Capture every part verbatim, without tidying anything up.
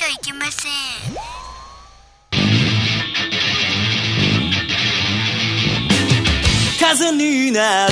ゃいけません。 風になれ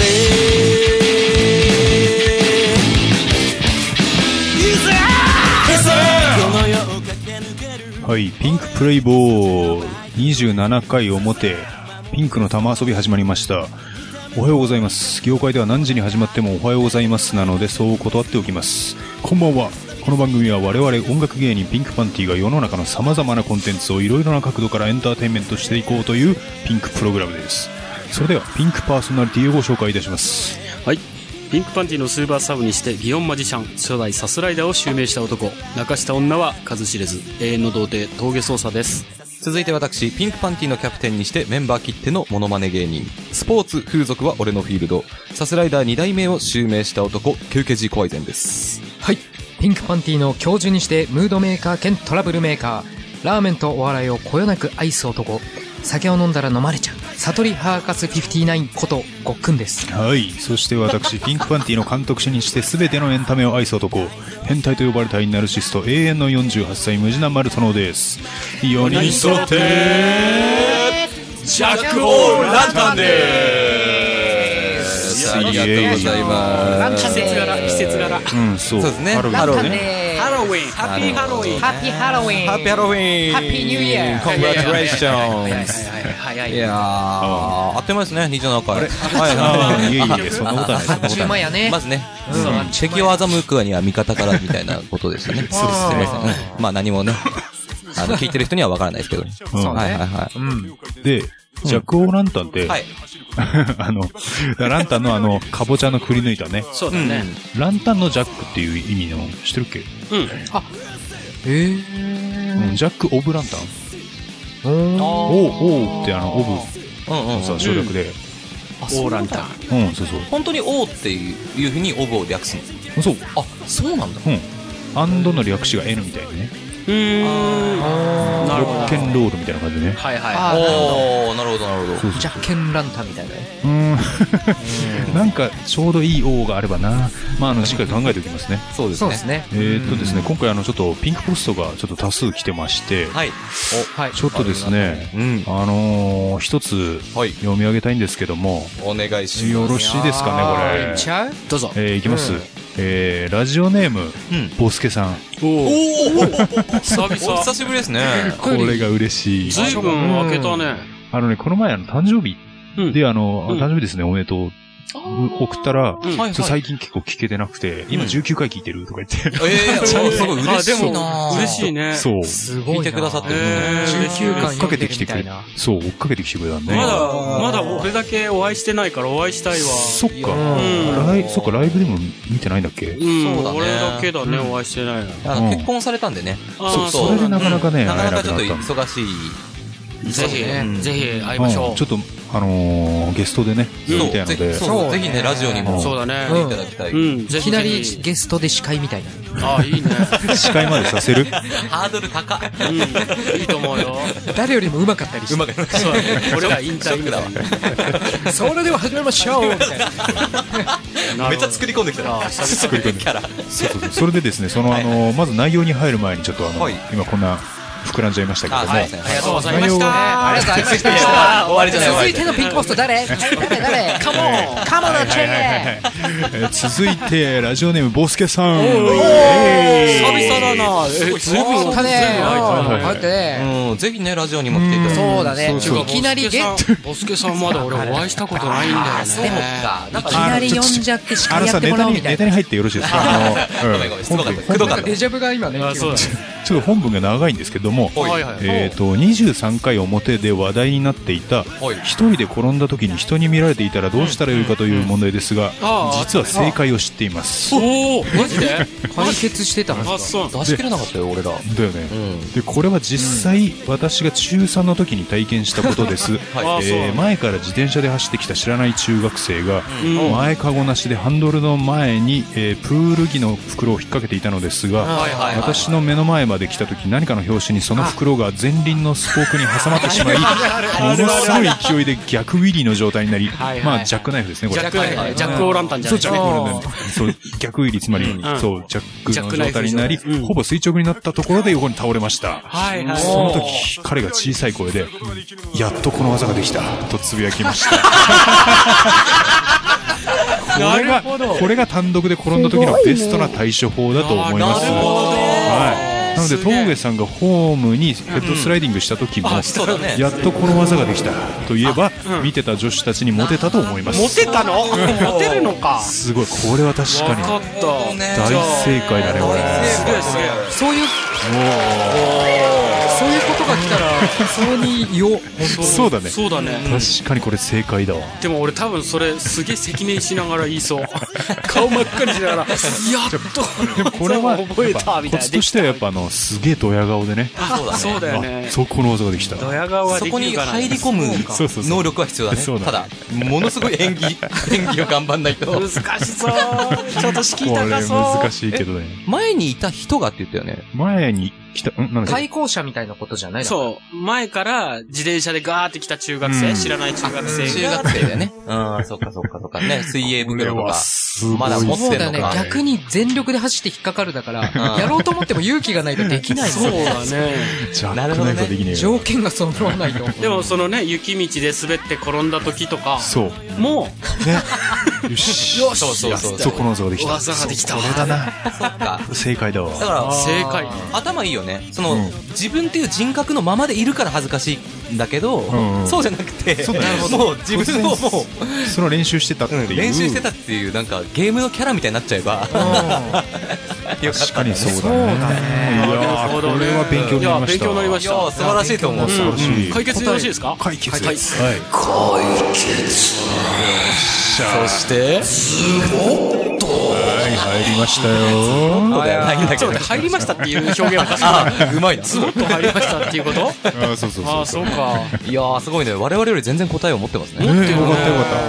はい、ピンクプレイボールにじゅうななかい表、ピンクの玉遊び始まりました。おはようございます。業界では何時に始まってもおはようございますなので、そう断っておきます。こんばんは。この番組は我々音楽芸人ピンクパンティが世の中の様々なコンテンツをいろいろな角度からエンターテインメントしていこうというピンクプログラムです。それではピンクパーソナリティをご紹介いたします。 はい、ピンクパンティのスーパーサブにして祇園マジシャン、初代サスライダーを襲名した男、泣かした女は数知れず、永遠の童貞峠捜査です。 続いて私、ピンクパンティのキャプテンにしてメンバー切ってのモノマネ芸人、スポーツ風俗は俺のフィールド、サスライダーに代目を襲名した男、ケウケジコアイゼンです。 はい、ピンクパンティの教授にしてムードメーカー兼トラブルメーカー、ラーメンとお笑いをこよなく愛す男、酒を飲んだら飲まれちゃう悟りハーカスごじゅうきゅうことごっくんです。 はい、そして私ピンクパンティの監督者にして全てのエンタメを愛す男、変態と呼ばれたインナルシスト、永遠のよんじゅうはっさいムジナマルトノです。よにん揃ってジャック・オー・ランタンでーす。ありがとうございます。 季節柄、季節柄。 うん、そう、 そうですね。 ハロウィンランタンね。 でハロウィン、ハッピーハロウィン。 ハッピーハロウィン。 ハッピーハロウィン。 ハッピーニューイヤー。 コングラチュレーション。 早い。 いやー、あっという間ですね、にじゅうななかい。はいあーいえいえ、そんなことはない。 あっちゅう間やね。 まずね、 うんうん敵を欺くには味方からみたいなことでしたね。そうです。すみません。うんまあ何もね、あの、聞いてる人にはわからないですけど。 うんはいはいはい。 うん。 で、ジャック・オー・ランタンって、 はい。 あの、ランタンのあの、かぼちゃのくり抜いたね。 そうだね。 ランタンのジャックっていう意味の、知ってるっけ？ うん。 えー。 うんジャック・オブ・ランタン。 おー。 オー、オーってあの、オブうんうん。 さ、省略で。 オーランタン。 うん、そうそう。 本当に王っていういうふうにオブを略すの。 そう。 あ、そうなんだ。 うん。アンドの略詞が N みたいにね。 うーん。なるほど。 ロッケンロールみたいな感じでね。 はいはい。 あー、 おー、なるほどなるほど。 そうそうジャッケンランタンみたいなね。 うーん。なんか、ちょうどいい O があればな。まあ、あの、しっかり考えておきますね。 そうですね。 そうですね。 えーっとですね、今回あの、ちょっとピンクポストがちょっと多数来てまして、 はい。 はい。 ちょっとですね、 うん。 あのー、一つはい。 読み上げたいんですけども、 お願いします。 よろしいですかね、これいっ。ちゃう？ どうぞ。 えー、いきます。 うんえー、ラジオネーム、 うん。 ボスケさん。 おお。 おー久々。 お久しぶりですね。 これが嬉しい。 ずいぶん開けたね。 あのね、この前あの、誕生日うん。 で、あの、 うん誕生日ですね、おめでとう。送ったら、 うんはいちょっと最近結構聞けてなくて、今じゅうきゅうかい聞いてるとか言って。 ええ、すごい嬉しいあでもな。 嬉しいね。 そう。 すごいな。 聞いてくださってるえーじゅうきゅうかん追っかけてきてくれみたいな。 そう、追っかけてきてくれたんで。 まだ、まだ俺だけお会いしてないからお会いしたいわ。 そっか。 うんライそっか、ライブでも見てないんだっけ？ うん、 そうだね俺だけだね、お会いしてないの。 あの結婚されたんでね。 あーそう、それでなかなかね、 なか会えななかちょっとくなったんで。 忙しい。 ぜひ、 うんぜひ会いましょう。 うんちょっと、あのー、ゲストでね、 そうみたいなので。 そうそうぜひね、ラジオにもそうだね。 来ていただきたい。 うん、ぜひ。 いきなりぜひゲストで司会みたいな。 ああ、いいね。 司会までさせるハードル高い。 うん、いいと思うよ。 誰よりも上手かったりして。 うまくいかない。 そうだね。俺ら引ショックだわ。 退それでは始めましょうみたいな。 めっちゃ作り込んできたな。 作り込んでキャラ。 そうそうそう。それでですね、そのあのー、まず内容に入る前にちょっとあのはい、 今こんな膨らんじゃいましたけども。 あ、そうですね。 ありがとうございまし内容た。 ありがとうございましいやた。 終わりじゃない終わり続いてのピンクポスト誰？誰誰？カモンカモンのチェーン。 えー続いて、ラジオネーム、ボスケさん。 久々だな。え、ずいぶん、ずいぶんそうだね。 会入ってね。 うん、ぜひね、ラジオにも来ていただきたい。 そうだね。 そうそういきなりゲット。 ボスケさんまだ俺お会いしたことないんだよね。 でもか。なんいきか、 なり呼んじゃって司会やってあのさ、ネタに、 もらおうみたいな。 ネタに入ってよろしいですか？あの、 ごめんごめん、すごかった。くどかった。 デジャブが今ね。 あ、そうだね。 ちょっと本文が長いんですけども、 はいはい。 えっと、にじゅうさんかい表で話題になっていた、 はい。 一人で転んだ時に人に見られていたらどうしたらよいかという問題ですが、 ああ実は正解を知っています。 おお、マジで？ 解決してたはずだ。 あ、そう。 出し切らなかったよ、俺ら。 だよね。 うん。 で、これは実際、私がちゅうさんの時に体験したことです。 はい。 あそうえー前から自転車で走ってきた知らない中学生が、 うん前かごなしでハンドルの前に、えープール着の袋を引っ掛けていたのですが、 はいはいはい。 私の目の前ままで来た時何かの拍子にその袋が前輪のスポークに挟まってしまい、ものすごい勢いで逆ウィリーの状態になり、まあジャックナイフですねこれ。 ジャックナイフ、ジャックオーランタンじゃないですか。 そうジャックオーランタン、そう逆ウィリーつまり、そうジャックの状態になり、ほぼ垂直になったところで横に倒れました。 はいはい。 その時彼が小さい声で、やっとこの技ができたとつぶやきました。これがこれが単独で転んだ時のベストな対処法だと思います。はい。なので峠さんがホームにヘッドスライディングした時も、やっとこの技ができたといえば、見てた女子たちにモテたと思います。 モテたの？モテるのか。 すごい、これは確かに大正解だねこれ。 すげえすげえ。 そういうそういうことが来たらそうに言おう。 そうだね。 そうだね。 確かにこれ正解だわ。 でも俺多分それすげえ赤面しながら言いそう。顔真っ赤にしながらやっと。 でもこれは覚えたみたいな。 コツとしてはやっぱあのすげえドヤ顔でね。 そうだよね。 そうこの技ができた。 ドヤ顔はできるかな。 そこに入り込む能力は必要だね。ただものすごい演技演技を頑張んないと。 難しそう。ちょっと敷居高そう。 これ難しいけどね。 前にいた人がって言ったよね。 前に来た、んなんだっけ？ 対向車みたいなことじゃないの？ そう。前から自転車でガーって来た中学生、うん、知らない中学生が。 中学生だよね。うん、そっかそっかそっかね。水泳袋とか。まだ持ってんのか。 そうだね。逆に全力で走って引っかかるだから、やろうと思っても勇気がないとできないそうだね。 なるほどね。 条件が揃わないと。 でもそのね、雪道で滑って転んだ時とか。 そう。 もう。 ね。よし。 よし。 そうそうそう。 そこの技ができた。 技ができた。 これだな。 そっか。 正解だわ。 だから、 正解。 頭いいよね。その、自分っていう人格のままでいるから恥ずかしいんだけど、そうじゃなくて、もう自分をもう、 その練習してたっていう。 練習してたっていう、なんかゲームのキャラみたいになっちゃえば、 確かにそうだね。いやー、これは勉強になりました。 勉強になりました。 素晴らしいと思う。 素晴らしい。 解決よろしいですか？ 解決。はい。 解決。そして、 はい、入りましたよ。 ちょっと入りましたっていう表現は確かに。 うまいな。 ズボッと入りましたっていうこと？ あ、そうそうそう。 あ、そうか。 いやー、すごいね。我々より全然答えを持ってますね。 よかったよかった。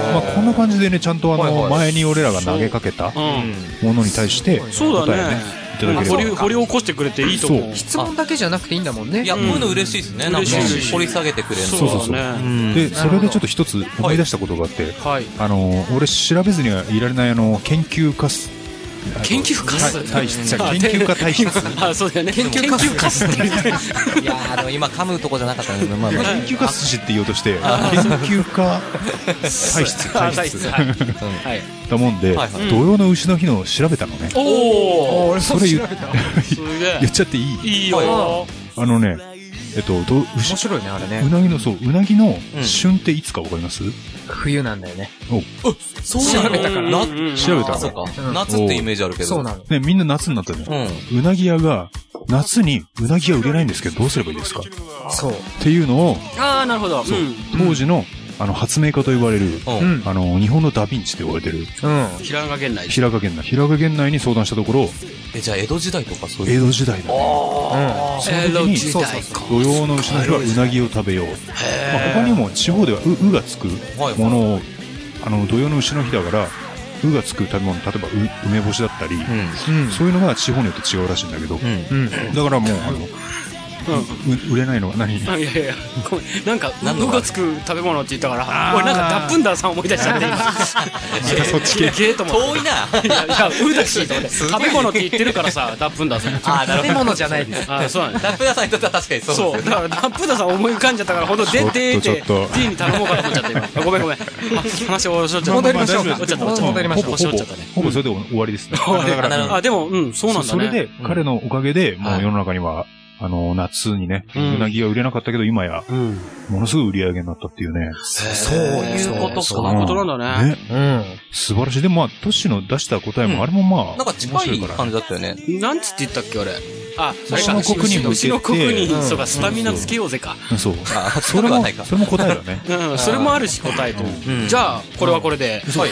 まあこんな感じでね、ちゃんとあの前に俺らが投げかけたものに対してそうだね。掘り掘り起こしてくれていいと思う。 質問だけじゃなくていいんだもんね。 いや、こういうの嬉しいですね。なんか掘り下げてくれるの。 そうそうそう。で、それでちょっと一つ思い出したことがあって、あの俺調べずにはいられないあの研究カス。 研究カス体質。研究家体質。 あ、そうだよね。研究カスって。 いやー、でも今噛むとこじゃなかったね。まあ研究家寿司って言おうとして、研究家体質。体質。だもんで、土曜の丑の日の調べたのね。 おお、 それ言っちゃっていい？ いいよ。 あのね、えっと、ど、面白いね、あれね。 うなぎの、そう、うなぎの旬っていつかわかります？ 冬なんだよね。 お、 そう調べたから。 調べたそうか。夏ってイメージあるけど。 そうなの。 ね、みんな夏になったじゃん。うなぎ屋が、夏にうなぎが売れないんですけど、どうすればいいですか？ そう。 っていうのを、 ああ、なるほど。 そう。当時の、あの、発明家と言われる、あの、日本のダヴィンチと言われてる。 平賀源内。 平賀源内。平賀源内に相談したところ、 え、じゃあ江戸時代とかそういう。 江戸時代だね。 江戸時代か。 土曜の丑の日はうなぎを食べよう。まあ他にも地方ではう、うがつくものを、あの、土曜の丑の日だから、うがつく食べ物、例えばう梅干しだったり、そういうのが地方によって違うらしいんだけど、だからもう、あの、売れないのは何？いやいやいや、ごめん。なんか、うがつく食べ物って言ったから、俺なんかダップンダーさん思い出しちゃって、今。 そっち系。 ゲーとも。 遠いな。 いや、いや、うだし、と思って。食べ物って言ってるからさ、ダップンダーさん。 あ、なるほど。 食べ物じゃないです。 あ、そうなんだ。 ダップンダーさんにとっては確かにそうです。 そう。だから、ダップンダーさん思い浮かんじゃったから、ほんと、出てって、T に頼もうかと思っちゃって、今。ごめんごめん。話終わっちゃった。 戻りましょうか。 終わっちゃった。 戻りましょう。 終わっちゃったね。 ほぼそれで終わりですね。 あ、でも、うん、そうなんだね。 それで、彼のおかげで、もう世の中には、あの、夏にね、うなぎが売れなかったけど、今や、ものすごい売り上げになったっていうね。 そういうことか。そういうことなんだね。 うん。素晴らしい。でもまあ、トシの出した答えも、あれもまあ、 なんか近い感じだったよね。 なんつって言ったっけ、あれ。あ、 牛の国に向けて。 牛の国に、そうか、スタミナつけようぜか。 そう。それも、それも答えだね。 うん、それもあるし答えと。じゃあ、これはこれで。はい。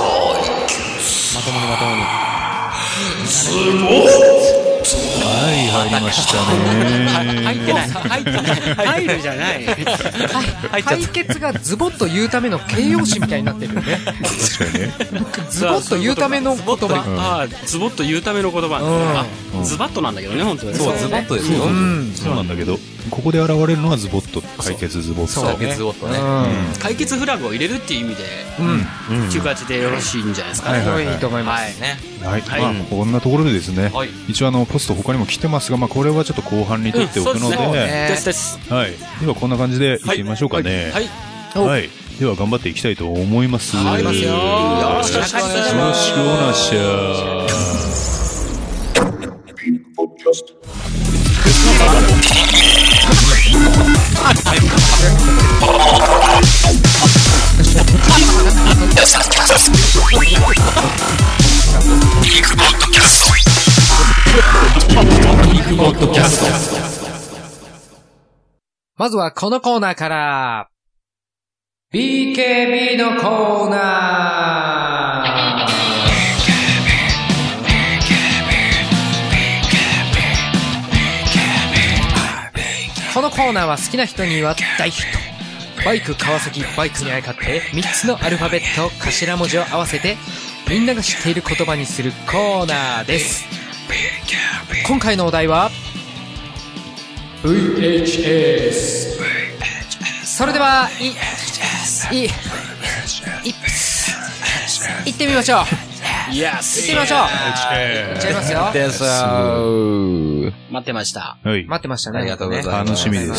まともにまともに。 はい、 入りましたね。 入ってない。入ってない。入るじゃない。 解決がズボッと言うための形容詞みたいになってるよね。 確かにね。 ズボッと言うための言葉。 ああ、ズボッと言うための言葉。ズバッとなんだけどね、本当に。 そう、ズバッとですよ。 そうなんだけど、ここで現れるのはズボッと、解決ズボット。 解決ズボットね。 解決フラグを入れるっていう意味で、っていう感じでよろしいんじゃないですかね。 いいと思いますね。 はい。まあ、こんなところでですね、一応あの、ポスト他にも来てますが、まあ、これはちょっと後半に取っておくので、 ですです。 はい。では、こんな感じでいってみましょうかね。 はい。 はい。では、頑張っていきたいと思います。 ありますよ。よろしくお願いします。 よろしくお願いします。 まずはこのコーナーから、ビーケービー のコーナー。このコーナーは好きな人には大ヒット。バイク川崎バイクにあやかってみっつのアルファベット頭文字を合わせてみんなが知っている言葉にするコーナーです。今回のお題は ブイエイチエス。 それではいいいい行ってみましょう。 イエス。 行ってみましょう。行っちゃいますよ。 です待ってました。 はい。 待ってましたね。 ありがとうございます。 楽しみです。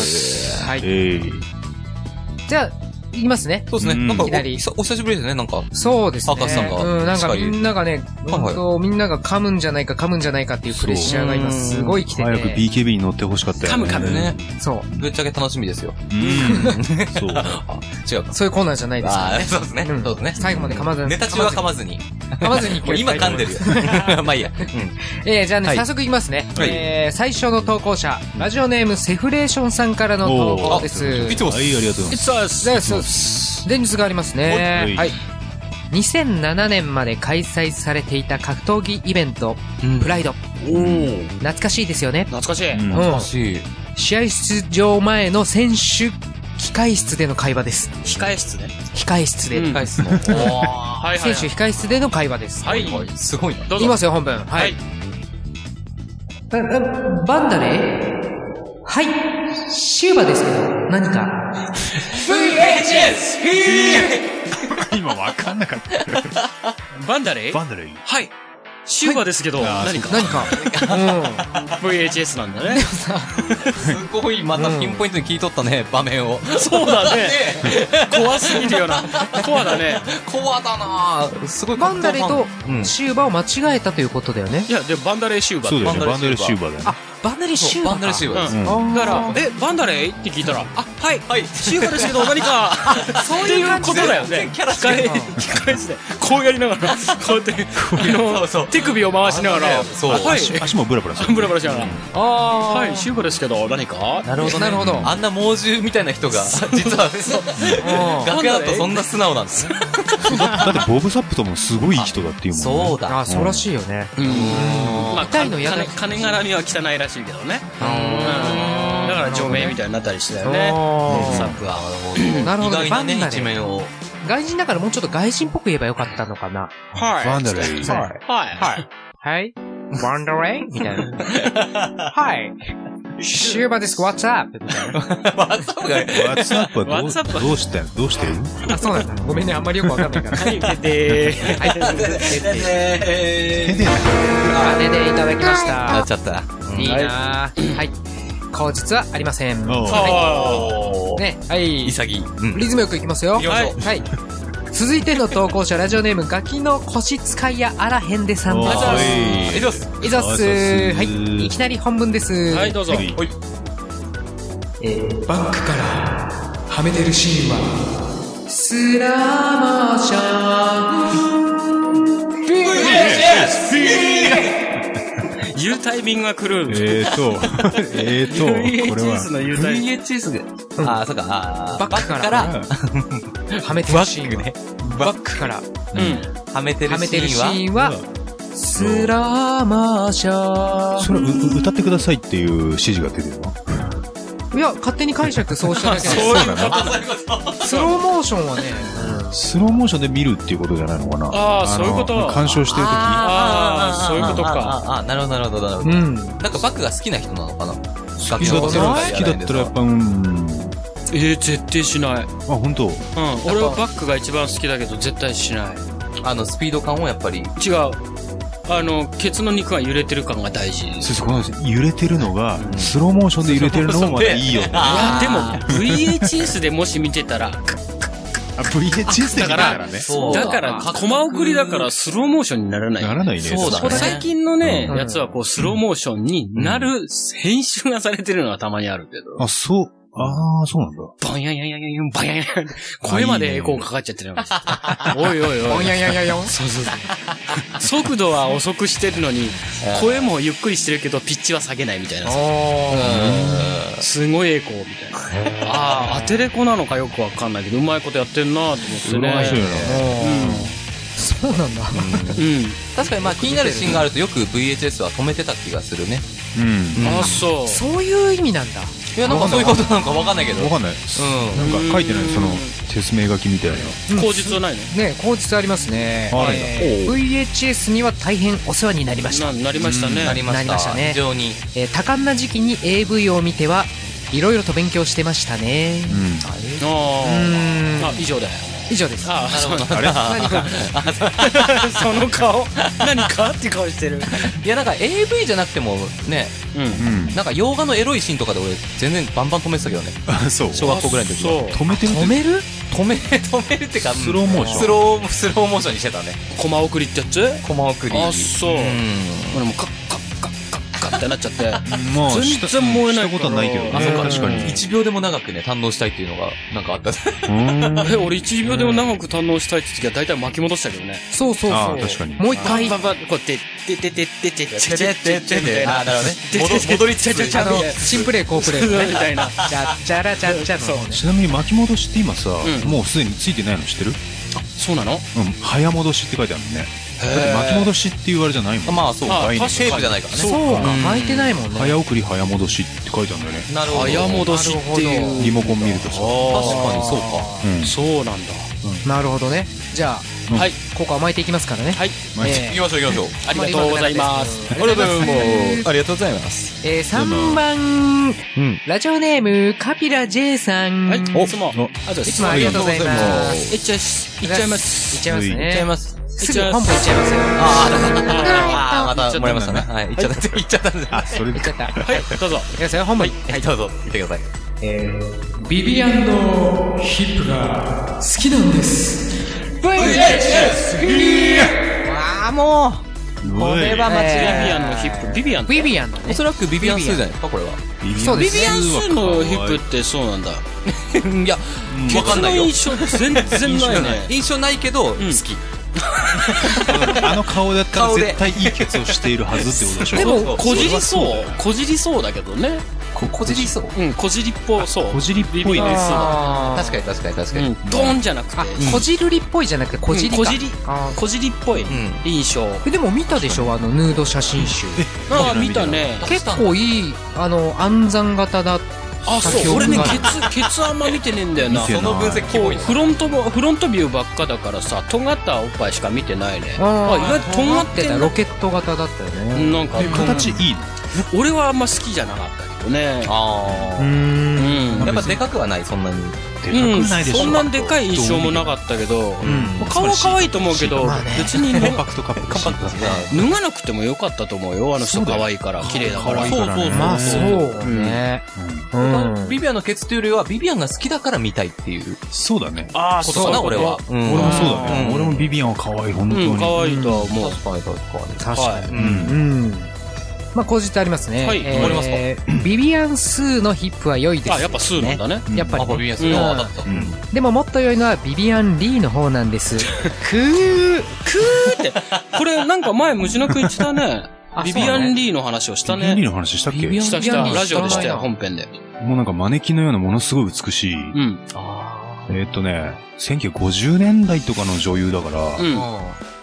はい。 えー、 じゃあ、いきますね。 そうですね。なんかお、 いきなりお久しぶりですね、なんか。 そうですね。 博士さんが。 うん、なんかみんながね、 はいはい、 うんと、みんなが噛むんじゃないか噛むんじゃないかっていうプレッシャーが今すごい来てて。 早く ビーケービー に乗ってほしかったよね。 噛む噛むね。 そう。 ぶっちゃけ楽しみですよ。 うん。そう。 違うか。 そういうコーナーじゃないですからね。 そうですね。そうですね。 最後まで噛まずに。 ネタ中は噛まずに。 噛まずに。 今噛んでるよ。まあいいや。 えー、じゃあね、早速いきますね。えー、最初の投稿者、ラジオネームセフレーションさんからの投稿です。 いつも。 はい、ありがとうございます。 いつもです。前日がありますね。はい。にせんななねんまで開催されていた格闘技イベント、プライド。懐かしいですよね。 懐かしい。 懐かしい。 試合出場前の選手控室での会話です。 控え室ね。 控室で。 控室の。 選手控室での会話です。 はい。 すごいな。 いきますよ、本文。はい。バンダレはい。シューバですけど、何か。ブイエイチエス! 今わかんなかった。 バンダレバンダレはい。シューバですけど、何か。 何か。 ブイエイチエス なんだね。 すごい、またピンポイントに聞いとったね、場面を。 そうだね。怖すぎるよな。コアだね。 コアだなすごい。 バンダレとシューバを間違えたということだよね。 いや、で、バンダレシューバ。 そうだよね、バンダレシューバだよね。 バンダレシューバー。 バンダレシューバーです。 だから、え、バンダレって聞いたら、あ、はい、はい、シューバですけど、何か、そういうことだよね。控え、控え室で、こうやりながら、こうやって、手首を回しながら、 はい、足もブラブラする。 ブラブラしながら、あはい、シューバですけど、何かなるほど、 なるほど。 あんな猛獣みたいな人が、実は、楽屋だとそんな素直なんです。 だって、ボブ・サップともすごい人だっていうもんね。 そうだ。 あ、そうらしいよね。 まあ、痛いのやだ。金絡みは汚いらしいけどね。だから除名みたいになったりしてたよね。サップは。 なるほど。 意外なね、一面を。 外人だからもうちょっと外人っぽく言えばよかったのかな。 はい。 バンダレイ。 はい。はい。 はい。バンダレイみたいな。はい。シューバです。What's up? みたいな。 What's up? What's up? はどうしてどうしてるあ、そうなんだ。ごめんね。あんまりよくわかんないから。 はい、出てー。はい、出てー。あ、出ていただきました。 なっちゃった。 いいなぁ。はい。口実はありません。 はい。 ね、はい。 潔い。 リズムよくいきますよ。 はい。 はい。続いての投稿者、ラジオネーム、ガキの腰使いやあらへんでさんです。 はい。いざっす。 いざっす。はい。いきなり本文です。 はい、どうぞ。はい。 えー、バックからはめてるシーンは、スラマシャン。ブイエイチエス! 言うタイミングが来る。 えーと、えーと、これは。 ブイエイチエス で。 あ、そうか、 バックから、はめてるシーンね。バックから、 はめてるシーンは、 スラマーシャそれ、う歌ってくださいっていう指示が出てるの？ いや、勝手に解釈そうしただけです。 そういうことスローモーションはね、 スローモーションで見るっていうことじゃないのかな？ ああ、そういうこと。 鑑賞してるとき。 ああ、そういうことか。 ああ、なるほど、なるほど、なるほど。 うん。 なんかバックが好きな人なのかな？好好きだったら、好きだったらやっぱ、うん。 えー、絶対しない。 あ、本当。 うん。俺はバックが一番好きだけど、絶対しない。 あの、スピード感をやっぱり。 違う。あの、ケツの肉が揺れてる感が大事。 そうそう、この揺れてるのが、スローモーションで揺れてるのもまたいいよね。 いや、でも、ブイエイチエス でもし見てたら、 あ、ブイエイチエス で見たからね。 だから、コマ送りだからスローモーションにならない。 ならないね。 そうだね。 最近のね、 うん、 やつはこう、スローモーションになる編集がされてるのはたまにあるけど。 あ、そう。ああ、そうなんだ。 バンヤンヤンヤンヤン、バンヤンヤン。声までエコーかかっちゃってるの。おいおいおい。 ボンヤンヤンヤンヤン。 そうそうそう。速度は遅くしてるのに、声もゆっくりしてるけど、ピッチは下げないみたいな。すごいエコーみたいな。ああ、アテレコなのかよくわかんないけど、うまいことやってんなと思ってね。 面白いな。 そうなんだ。 うん。 確かにまあ気になるシーンがあるとよく ブイエイチエス は止めてた気がするね。 うん。 あ、そう。 そういう意味なんだ。 いや、なんかそういうことなのかわかんないけど。 わかんない。 うん。 なんか書いてない、その、説明書きみたいな。 口実はないの？ ね、口実ありますね。 あるんだ。 えー ブイエイチエス には大変お世話になりました。 な、なりましたね。 なりました。 なりましたね非常に。 えー多感な時期に エーブイ を見てはいろいろと勉強してましたね。 うん。 あうんあ。あ、以上だよ。 以上です。 ああ、そうなんだ。 あれ何か。 その顔。何かって顔してる。 いや、なんか エーブイ じゃなくてもね、 うん。 うん。 なんか洋画のエロいシーンとかで俺全然バンバン止めてたけどね。 あ、そう。 小学校ぐらいの時は。 そう。 止めてるって止める止め、止めるってか、 スローモーションスロー、スローモーションにしてたね。 コマ送りってやつ？ コマ送り。 あ、そう。 うん。 俺もカッカッカッカッカッってなっちゃって。 まあ、 全然燃えないしたことはないけどね。 あ、そうか、 確かに。 いちびょうでも長くね、堪能したいっていうのが、なんかあった。 うん。 え、俺いちびょうでも長く堪能したいって時は大体巻き戻したけどね。 そうそうあそう。 ー確かにもう一回。 バンバンこうやって、ててててててててててみたいな。 あ、なるほどね。 戻戻りちゃちゃちゃあの、新プレイ、好プレイのね。 みたいな。 チャッチャラチャッチャの方ね。 ちなみに巻き戻しって今さ、 うんもうすでについてないの知ってる？ そうなの？ うん。早戻しって書いてあるのね。だって巻き戻しっていうあれじゃないもん。 まあ、そうか。 あテ確かにープじゃないからね。 そうか、巻いてないもんね。 早送り早戻しって書いてあるんだよね。 なるほど。 早戻しっていう。 リモコン見るとさ。 確かにそうか。 うん。 そうなんだ。 なるほどね。じゃあ、 うんはい。 ここは巻いていきますからね。 はい。 巻いてえー行きましょう行きましょう。 ありがとうございます。 ありがとうございます。ありがとうございます。 えー、さんばん、 うん。 ラジオネーム、カピラ J さん。 はい。 おいつも。あといつもありがとうございます。 いっちゃいます。いっちゃいます。 いっちゃいますね。 いっちゃいます。 すぐ本部行っちゃいますよ。 ああ、またもらいましたね。はい。行っちゃった。行っちゃったんで。 あ、それで行っちゃった。 はい。どうぞ。 いきますよ、本部。 はい、どうぞ。行ってください。 えー、ビビアンのヒップが好きなんです。ブイエイチエス! わあ、もう。これは間ビ違いビアンのヒップ。ビビアンビビアンのね。 おそらくビビアンスーじゃないですか、これは。 そうですビビアンスのヒップってそうなんだ。 いや、わかんないよ。 印象全然ないね。 印象ないけど、好き。 あの顔だったら絶対いいケツをしているはずってことでしょ。 でも、こじりそう。こじりそうだけどね。 こじりそう。 うん、こじりっぽそう。 こじりっぽいねビビアンスだ。 確かに確かに確かに。 うん、ドーンじゃなくて。 あ、こじるりっぽいじゃなくて、こじりか。 こじりあこじりっぽいん印象。 ーでも見たでしょ、あの、ヌード写真集。 ああ、見たね。 結構いい、あの、暗算型だ。 あ、そう、俺ね、ケツ、ケツあんま見てねえんだよな。 見てないその分析キモいな。 フロントも、フロントビューばっかだからさ、尖ったおっぱいしか見てないね。 ああ、意外と尖ってんた。 だロケット型だったよね。 なんか、 形いいの？ 俺はあんま好きじゃなかったけどね。 あうーん。 うん。 あ。やっぱでかくはない、そんなに。 でかうん、 くないでしょ。 そんなにでかい印象もなかったけど、 ん顔は可愛いと思うけどまあね、 別にコンパクトカップ。 カンパクトですね。 脱がなくてもよかったと思うよ。あの人可愛いから、綺麗だから。 可愛いからねまあ、そうね。うん。 ビビアンのケツというよりは、ビビアンが好きだから見たいっていうそうだね。 ああ、 ことかな、俺は。 俺もそうだね。 うん俺もビビアンは可愛い、本当に。 うん、可愛いとは思う。 確かに確かに。 確かに。 う。 うんん。まあ、口実ありますね。 はいえーありますかビビアンスーのヒップは良いです。 あ、やっぱスーなんだね。 あ、 やっぱりね。 ビビアンスが当たった。 うん。 でももっと良いのはビビアン・リーの方なんです。くー。 くーって、これなんか前、ムジナ君言ってたね。 あビビアン・リーの話をしたね。 ビビアンリーの話したっけ？ ビビアンしたした。 リーラジオでしたよ、 知らないな本編で。 もうなんかマネキンのようなものすごい美しい。 うん。 あえーっとね、せんきゅうひゃくごじゅうねんだいとかの女優だから、 うん。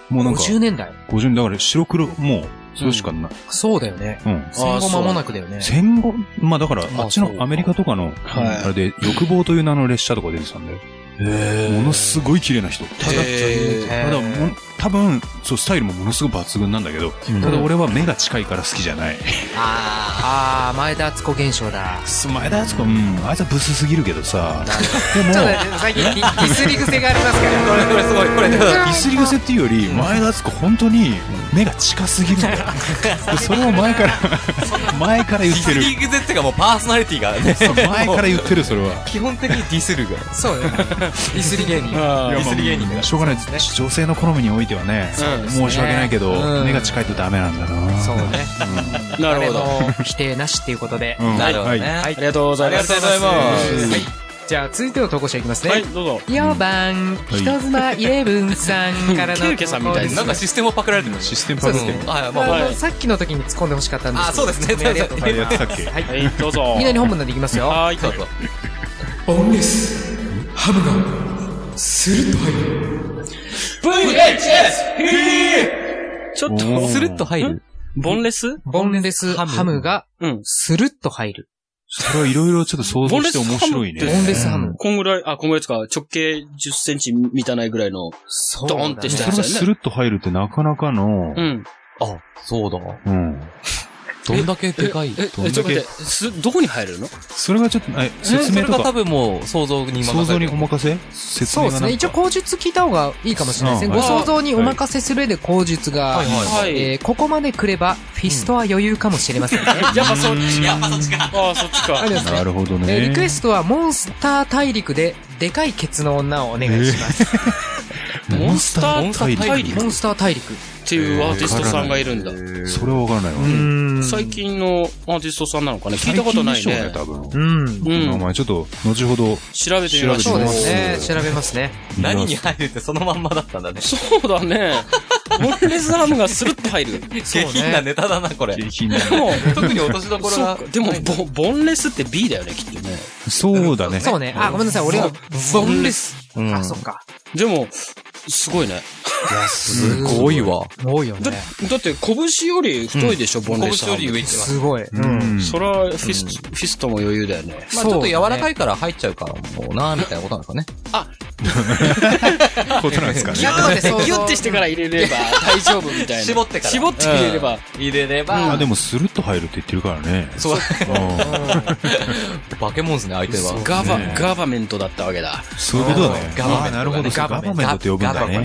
もうなんか、 ごじゅうねんだい。 ごじゅうねんだから白黒、もう、それしかない。 そうだよね。 うん。 戦後間もなくだよね。 戦後、まあだから、あっちのそうかアメリカとかの、 はいあれで、欲望という名の列車とか出てたんだよ。ものすごい綺麗な人。ただ、 へただもう、多分、そう、スタイルもものすごい抜群なんだけど、ただ俺は目が近いから好きじゃない。 あー、前田敦子現象だ。 前田敦子、うん、あいつはブスすぎるけどさ、でも、 ちょっとね最近ディディスり癖がありますから。 これ、これすごい、これ。 ディスり癖っていうより、前田敦子本当に目が近すぎるんだよ。でそれを前から、前から言ってる。 ディスリーグゼってかもうパーソナリティがね。 前から言ってる、それは。 基本的にディスるが。 そうね。ディスり芸人。 あディスり芸人だしょうがない。女性の好みにおいてはね、申し訳ないけど、 うん目が近いとダメなんだな。 そうね。 ーなるほど。 誰も否定なしっていうことで。 うんなるほどね。 はいありがとうございます。 ありがとうございますはい。じゃあ、続いての投稿者いきますね。 はい、どうぞ。 よんばん、人妻イレブンさんからの投稿ケウケさんみたいですなんかシステムをパクられてるのシステムそうですねパズル。。 はい、まあ、 あまあのさっきの時に突っ込んでほしかったんですけど。 あそうですねありがとうございます。 やってたっけはい。 はい、どうぞ。 いきなり本文なんでいきますよ。 はい、 そうそう。 ボンレス、ハムが、スルッと入る。 ブイエイチエス ちょっと、 おースルッと入るボンレスボンレスハムが、 うん。 スルッと入る。 それはいろいろちょっと想像して面白いね。 ボボンレスハム。 こんぐらい、あ、こんぐらいですか。直径じゅっセンチ満たないぐらいの。 そうドーンってしたそれがスルッと入るってなかなかのう、ん。 あ、そうだ。 うん。 どんだけでかいえ、え、 どんだけちょっと待って、す、どこに入るのそれがちょっと、え、説それ明とか、 が多分もう想像に任せ想像におる。 任せ説明がなんかそうですね。一応口述聞いた方がいいかもしれないですね。 うんご想像にお任せする上で口述が、 はいはいはい。 えーここまで来れば、フィストは余裕かもしれませんね。 やっぱそっち。やっぱそっちか。ああ、そっちか。 ありますねなるほどえーね。 リクエストはモンスター大陸ででかいケツの女をお願いします。 モンスターモンスター大陸モンスター大陸。 っていうアーティストさんがいるんだ。 それはわからないわ。 ん最近のアーティストさんなのかね聞いたことないね最近でしょう。ね、多分。 うん。 うんお前ちょっと、後ほど、 調べてみましょ。 そうう調べてみますですね。調べますね。 何に入るってそのまんまだったんだね。 そうだね。モンレスハムがスルッと入る。 下品なネタだな、これ。 下品なでも、 特に落としどころがそうか。。でも、ボボンレスって B だよね、きっとね。 そうだね。 そうね。あ、ごめんなさい。俺は、ボンレス。 うんあ、そっか。 でも、すごいね。 すごいわ。 多いよだね。 だって、拳より太いでしょ、ボンレスハム。 拳より上行ってます。 すごい。 ううん。 ん。 そら、フィスト、フィストも余裕だよね。 まあちょっと柔らかいから入っちゃうからもうな、みたいなことなんですかね。 ことなんですかね。 あくまで想像ギュッてしてから入れれば大丈夫みたいな。 絞ってから絞って入れれば。 入れれば。 あ、でもスルッと入るって言ってるからね。 そう。 うん化け物ですね、相手は。 ガバ、 ねガバメントだったわけだ。 そういうことだね。 ガバメントあーなるほど。ガバメントって呼ぶんだね。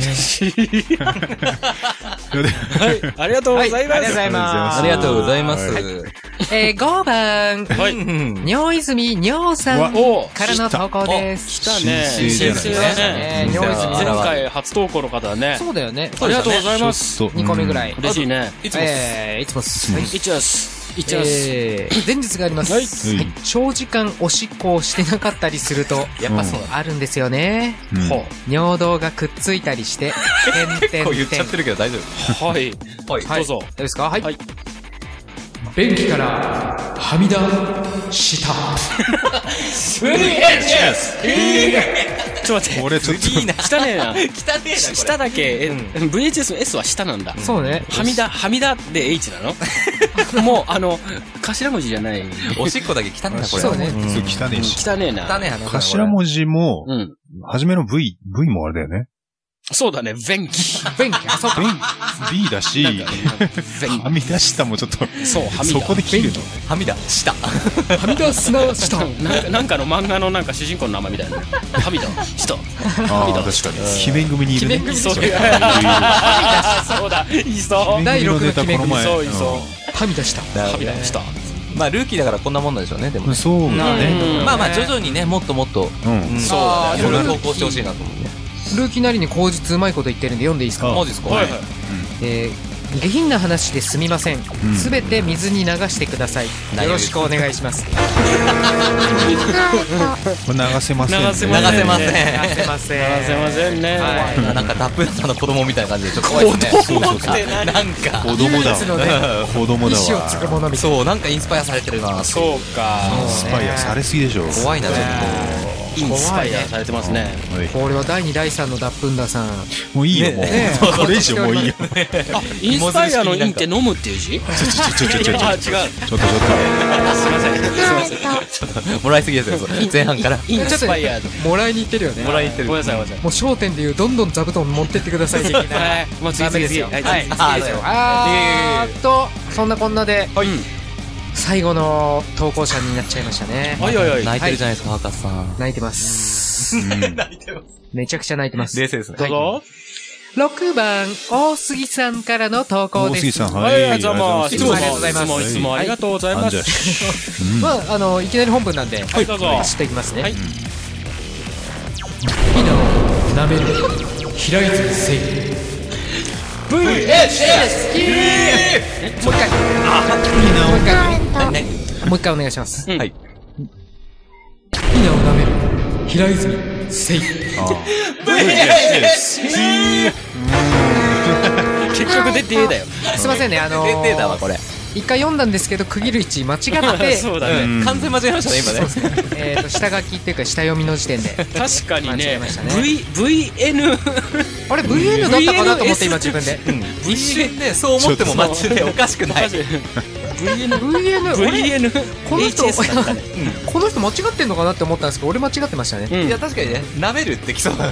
はい。ありがとうございます。 ありがとうございますありがとうございます。 えー、ごばん、 はい。 うん尿泉尿さんおからの投稿です。 来たね。 新新鮮鮮だね。 ね尿泉前回初投稿の方はね。 そうだよね。 ありがとうございます。 ちょっとにこめぐらい。 嬉しいね。 いつも、 えー、いつもす。 うんはいいっちゃいます。いっちゃいます。 えー、前日があります。 はいはい長時間おしっこをしてなかったりすると、 やっぱそうだ。 あるんですよね。 うんほ尿道がくっついたりして、 結構言っちゃってる。 るけど大丈う。はい。 夫。はい。 はい。 どうぞ大丈夫ですかはい。 はい便器から、はみ出した。 ちょっと待って。 これちょっと、 汚ねえな。 汚ねえな、 下だけ、え ブイエイチエス の S は下なんだ。 そうね。 はみだ、はみだで H なのもう、あの、頭文字じゃない。 おしっこだけ汚ねえな、これ。 そうねんそう汚ねえし。 汚ねえな。 汚ねえ話だな。 頭文字も、 うん。 初めの V、V もあれだよね。 そうだね、便器。 便器、あ、そうか。 B だし、 便はみ出したもちょっと、 そう、はみそだ。 こで切るの。 はみだ、した。 はみ出すな、した。 なんか、なんかの漫画のなんか主人公の名前みたいな。はみだ、人。 ああ、確かに。鬼面組にいるね。 鬼面組そういう。 いるいるそうだ、いそう。 第六のネタこの前そう、いそはみ出した。 う。はみだ、した。 まあ、ルーキーだからこんなもんなんでしょうね、でもね。 そうだね。 うんまあまあ、徐々にね、もっともっと、 うん。 うんそうだねいろいろ投稿してほしいなと思って。 ルーキーなりに口述うまいこと言ってるんで読んでいいですかマジですかはいはい。 えー、下品な話ですみません。すべて水に流してください。よろしくお願いします。 これ流せませんね。 流せませんね流せません。 流せません。 すいませんね。 はなんかタップダンサーの子供みたいな感じでちょっと怖いですね。 そうそうそう。 なんか、 子供だ唯一のねわ。子供だ意志を継ぐわ。 者みたいそう、なんかインスパイアされてるな。 そうか。 スパイアされすぎでしょ。 怖いな、ちょっインスパイアされてますね。 これはだいにだいさんのダップンダさん。 もういいよ、もう。これ以上もういいよ。 あ、インスパイアのインって飲むっていう字？ ちょちょちょちょちょ。 あ、違う。 ちょっとちょっと。 すいません。すいません。 もらいすぎですよ、前半から。 インスパイア。 もらいに行ってるよね。 もらいに行ってる。 ごめんなさい、ごめんなさい。 もう焦点で言う、どんどん座布団持ってってください的な。 はい。もう次次次。はい。 あーっと、そんなこんなで、最後の投稿者になっちゃいましたね。 おいおいおい。 泣いてるじゃないですか、博士さん。 泣いてます。泣いてます。めちゃくちゃ泣いてます。 冷静ですね。 どうぞ。 ろくばん、大杉さんからの投稿です。 大杉さん、はい。 ありがとうございます。 いつもありがとうございます。 いつもいつもありがとうございます。 まあ、あの、いきなり本文なんで、 はい、どうぞ。 走っていきますね。 はい。 ピノを舐める、平泉聖。ブイエイチエス！ もう一回。もう一回。もう一回お願いします。 はい。 ピノを舐める、平泉聖。 ブイエイチエス！ 結局出てだよ。 すいませんね、あのー、 出てだわ、これ。 一回読んだんですけど、区切る位置間違って、 そうだね。 完全間違えましたね、今ね。 えっと、下書きっていうか、下読みの時点で。 確かにね、 間違えましたね。 V、ブイエヌ。 あれ、ブイエヌ だったかなと思って、今自分で。 一瞬ね、そう思っても間違いおかしくない。 ブイエヌ、ブイエヌ、 ブイエヌ、 この人、この人間違ってんのかなって思ったんですけど、俺間違ってましたね。 いや、確かにね、舐めるってきそうだね。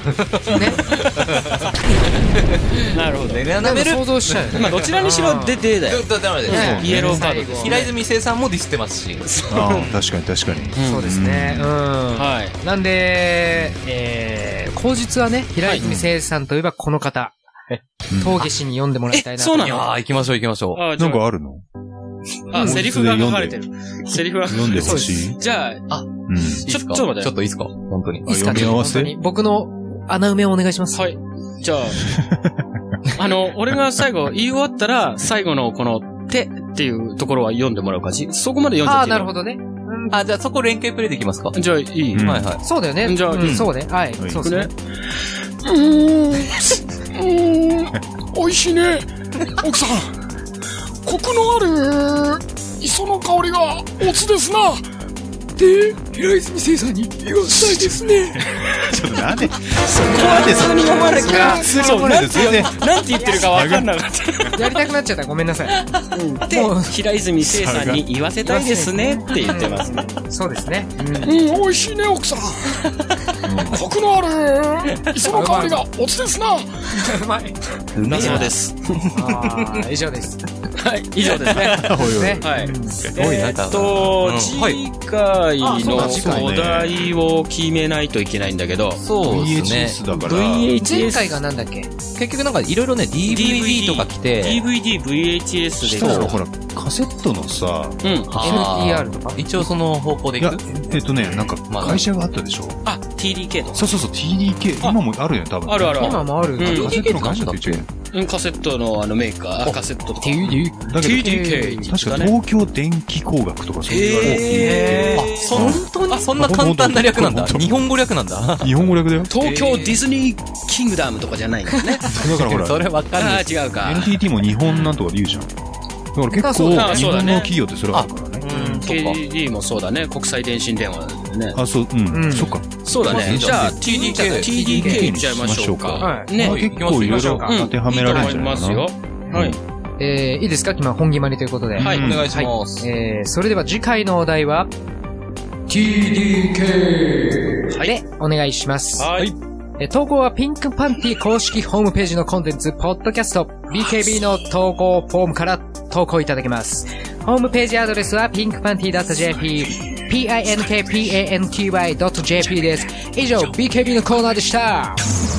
なるほどね。 舐める想像しちゃうよね。 まあ、どちらにしろ出てだよ。イエローカードです。 平泉聖さんもディスってますし。 ああ、確かに確かに。 そうですね。うん。 はい。 なんで、えー、口実はね、平泉聖さんといえばこの方。峠氏に読んでもらいたいなと。 そうなの？ いやー、行きましょう行きましょう。 なんかあるの？ あ、セリフが書かれてる。セリフが読んでほしい。 じゃあ、あ、 ちょっと、ちょっと待って。ちょっといいですか？本当に。 いいですか？ 読み合わせ？ 僕の穴埋めをお願いします。 はい。じゃあ、あの、俺が最後言い終わったら、最後のこの、手っていうところは読んでもらう感じ？そこまで読んじゃっていい？ ああ、なるほどね。 あ、じゃあそこ連携プレイできますか？ じゃあ、いい？ はいはい。 そうだよね。 じゃあ、 そうね。はい。そうですね。 うーん、うーん、美味しいね。奥さん、コクのある磯の香りがおつですな。で、平泉聖さんに言わしたいですね。 ちょっとなんで、そこまでそんな読まれて普通に読まれて全然。 なんて言ってるかわかんなかった。 やりたくなっちゃった。ごめんなさい。 で、平泉聖さんに言わせたいですねって言ってますね。 そうですね。 うん、美味しいね、奥さん。コクのある磯の香りがおつですな。 うまい。 うまそうです。 以上です。 はい、以上ですね。はい。 すごいなんか。 えっと、次回のお題を決めないといけないんだけど。 そうですね。 ブイエイチエス だから。 前回がなんだっけ？ 結局なんかいろいろね、ディーブイディー とか来て。 ディーブイディー、ブイエイチエス で。 そう、ほら、カセットのさ、 うん。エヌティーアール とか一応その方向でいく？ えっとね、なんか会社があったでしょ？ あ、ティーディーケー とか。 そうそうそう、ティーディーケー。今もあるよね、多分。 あるある。 今もある。 カセットの会社って言っちゃうよ。 うん、カセットのあのメーカー、カセットとか。 ティーディー。 だけど、 ティーディーケー確か東京電気工学とかそういうへー。あ、そん当にそんな簡単な略なんだ。日本語略なんだ。 日本語略だよ。 東京ディズニーキングダムとかじゃないんだね。 だからほら、 それわかんない。 ああ、違うか。 エヌティーティー も日本なんとかで言うじゃん。だから結構、日本の企業ってそれあるからね。 ケーディーディー もそうだね。国際電信電話ね。 あ、そう、うん。そっか。 そうだね。じゃあ、ティーディーケー、ティーディーケー いっちゃいましょうか。 ね。結構いろいろ当てはめられるんじゃないかな。 はい。 えー、いいですか？今、本決まりということで。 はい、お願いします。 えー、それでは次回のお題は、ティーディーケー でお願いします。 はい。 投稿はピンクパンティ公式ホームページのコンテンツ、ポッドキャスト、ビーケービー の投稿フォームから投稿いただけます。ホームページアドレスは ピンクパンティー ドット ジェーピー、ピンクパンティー ドット ジェーピー です。以上、ビーケービー のコーナーでした。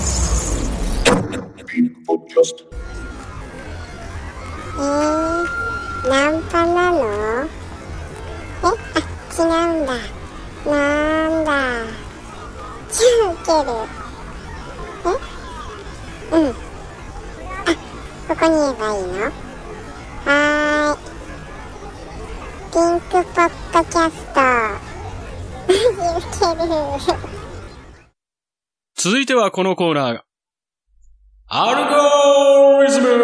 えー、ナンパなの？え、あ、違うんだ。なんだ。じゃあ受ける。え？うん。あ、ここに言えばいいの？はーい。ピンクポッドキャスト。受ける。 続いてはこのコーナー。アルゴリズム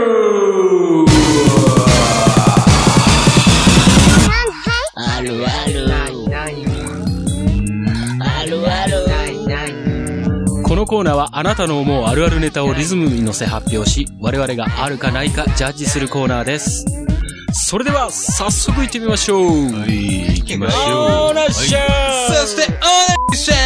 あるあるないないあるあるないのコーナーはあなたの思うあるあるネタをリズムに乗せ発表し、我々があるかないかジャッジするコーナーです。それでは早速行ってみましょう。 はい、行きましょう。 オーラッシャー、 はい、そしてオーラッシ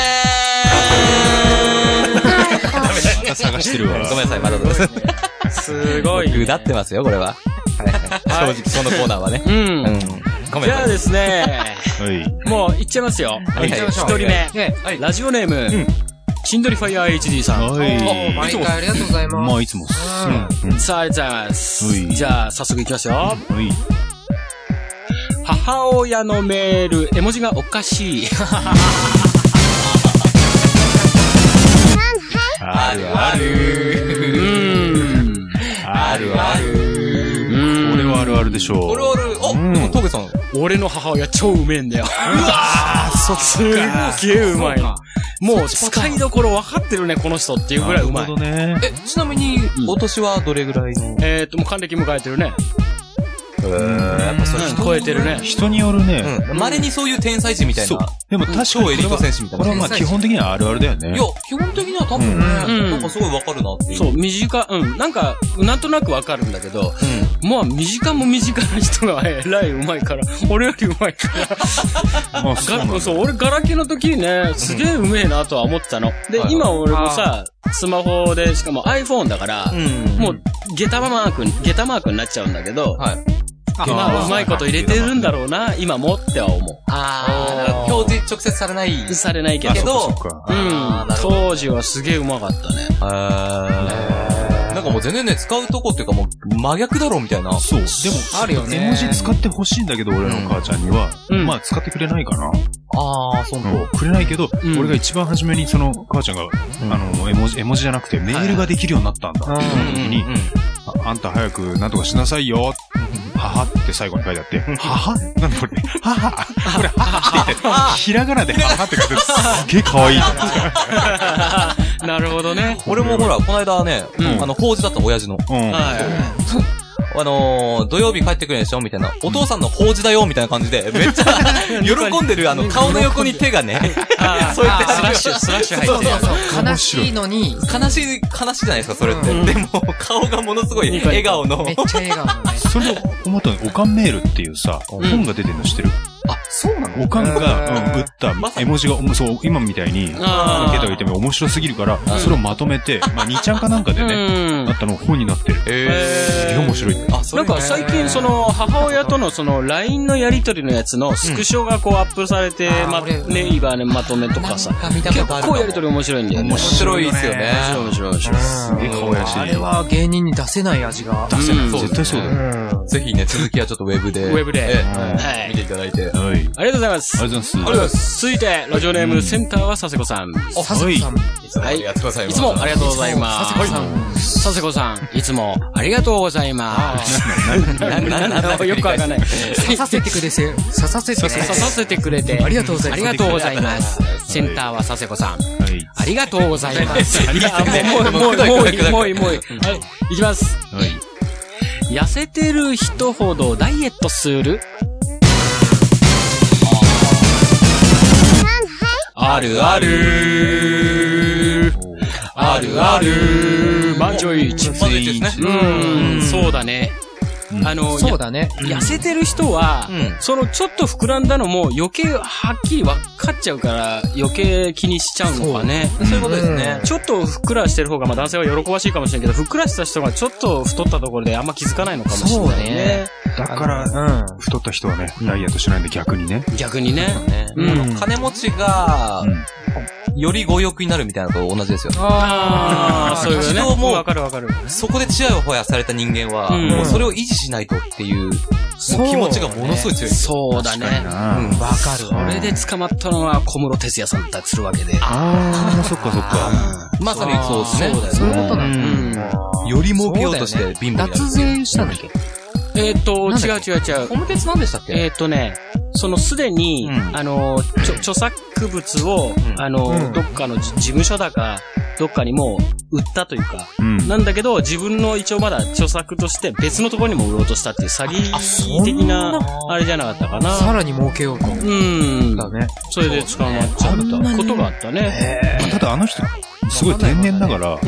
ャー探してるわ。 ごめんなさい、まだどうぞ。 すごい。 ぐだってますよ、これは。はいはい、正直、そのコーナーはね。 うん。うん、 ごめんじゃあですね、 はい、 もう行っちゃいますよ。 はい、 一人目、はい、ラジオネーム、うん、チンドリファイヤー エイチディー さん。 はい。 毎回ありがとうございます。 まあ、いつも。 うん。さあ、ありがとうございます。はい。じゃあ、早速行きますよ。はい。母親のメール、絵文字がおかしい。 あるある。 うん。 あるある。 これはあるあるでしょう。 これはある。あ、でも、トゲさん。 俺の母親超うめえんだよ。うわー、そっか。 すげえうまい。もう使いどころ分かってるね、この人っていうぐらいうまい。 なるほどね。 え、ちなみに、お年はどれぐらいの？ えーっと、もう還暦迎えてるね。 えー、やっぱそれ超えてるね。 人によるね。 うん。稀にそういう天才児みたいな。そう。 でも確かに超エリート選手みたいな。 これはまあ基本的にはあるあるだよね。 いや、基本的には多分ね、なんかすごいわかるなっていう。 そう、身近、うん。なんか、なんとなくわかるんだけど、もう身近も身近な人がえらい上手いから、俺より上手いから。まあそうそう、俺ガラケーの時にね、すげえ上手いなとは思ってたの。で、今俺もさ、スマホで、しかも iPhone だから、もう、下駄マーク、下駄マークになっちゃうんだけど、はい。まあ、うまいこと入れてるんだろうな、今もっては思う。 ああ、表示直接されない。 されないけど、うん。当時はすげえうまかったね。 あなんかもう全然ね、使うとこっていうかもう真逆だろみたいな。 そう。でも、あるよね。絵文字使ってほしいんだけど、俺の母ちゃんには。まあ、使ってくれないかな。 ああ、そうそう。 くれないけど、俺が一番初めにその母ちゃんが、あの、絵文字、絵文字じゃなくてメールができるようになったんだ。っていう時に、あんた早くなんとかしなさいよ。母って最後に書いてあって、母なんだこれ、母これ、母って言って、ひらがなで母って書いてあって、すげえ可愛い。 なるほどね。 俺もほら、この間ね、あの、法事だった親父の。あのー、土曜日帰ってくるんでしょみたいな。お父さんの法事だよみたいな感じで、めっちゃ喜んでる、あの、顔の横に手がね、そうやってスラッシュ、スラッシュ入って。そうそうそう。悲しいのに、 悲しい、悲しいじゃないですか、それって。でも、顔がものすごい笑顔の。 めっちゃ笑顔のね。 それを思ったのに、おかんメールっていうさ、本が出てるの知ってる？ あ、そうなの？ おかんが打った絵文字が、そう、今みたいに、受けた言っても面白すぎるから、それをまとめて、まあ、にちゃんかなんかでね、あったの本になってる。すげえ面白い。 なんか最近その、母親とのその、ライン のやりとりのやつのスクショがこうアップされて、ま、ね、今ね、まとめとかさ、結構やりとり面白いんだよね。 面白いっすよね。 面白い面白い面白い。 すげえ可愛らしい。 あれは芸人に出せない味が。 出せない。絶対そうだよ。 ぜひね、続きはちょっとウェブで。 ウェブで。 はい。見ていただいて。はい。 ありがとうございます。 ありがとうございます。 ありがとうございます。続いて、ラジオネーム、センターは佐世子さん。 佐世子さん。 はい。いつもありがとうございます。佐世子さん。佐世子さん、いつもありがとうございます。よくわかんない。 刺させてくれて、刺させて、 刺させてくれて、 ありがとうございます。 ありがとうございます。センターは佐世子さん。ありがとうございます。もう、もう、もういい、もういい、もういい。はい、いきます。痩せてる人ほどダイエットする？あるあるあるある満場一致ですね。うん、そうだね。あの、 そうだね。 痩せてる人は、そのちょっと膨らんだのも余計はっきり分かっちゃうから余計気にしちゃうのかね。 そういうことですね。 ちょっとふっくらしてる方がまあ男性は喜ばしいかもしれんけど、ふっくらした人がちょっと太ったところであんま気づかないのかもしれないね。 だから、太った人はね、ダイエットしないんで逆にね。 逆にね。 金持ちが、より強欲になるみたいなのと同じですよ。 ああ、そういうね。 もう、 わかるわかる。 そこでチヤホヤされた人間は、もうそれを維持しないとっていう、気持ちがものすごい強い。 そうだね。 わかる。 それで捕まったのは小室哲哉さんだったりするわけで。 ああ、そっかそっか。 まさにそうですね。 そういうことなんだ。 より儲けようとして貧乏になる。 脱税したんだっけ？ えっと、違う違う違う。 ホームページ何でしたっけ？ えっとね、そのすでに、あの、著作作物を、あの、うん、どっかの事務所だか、どっかにもう売ったというか、うん、なんだけど、自分の一応まだ著作として別のところにも売ろうとしたっていう詐欺的な、あれじゃなかったかな。 さらに儲けようと。うん。だね。 それで捕まっちゃったことがあったね。 ただあの人、すごい天然だから、うん、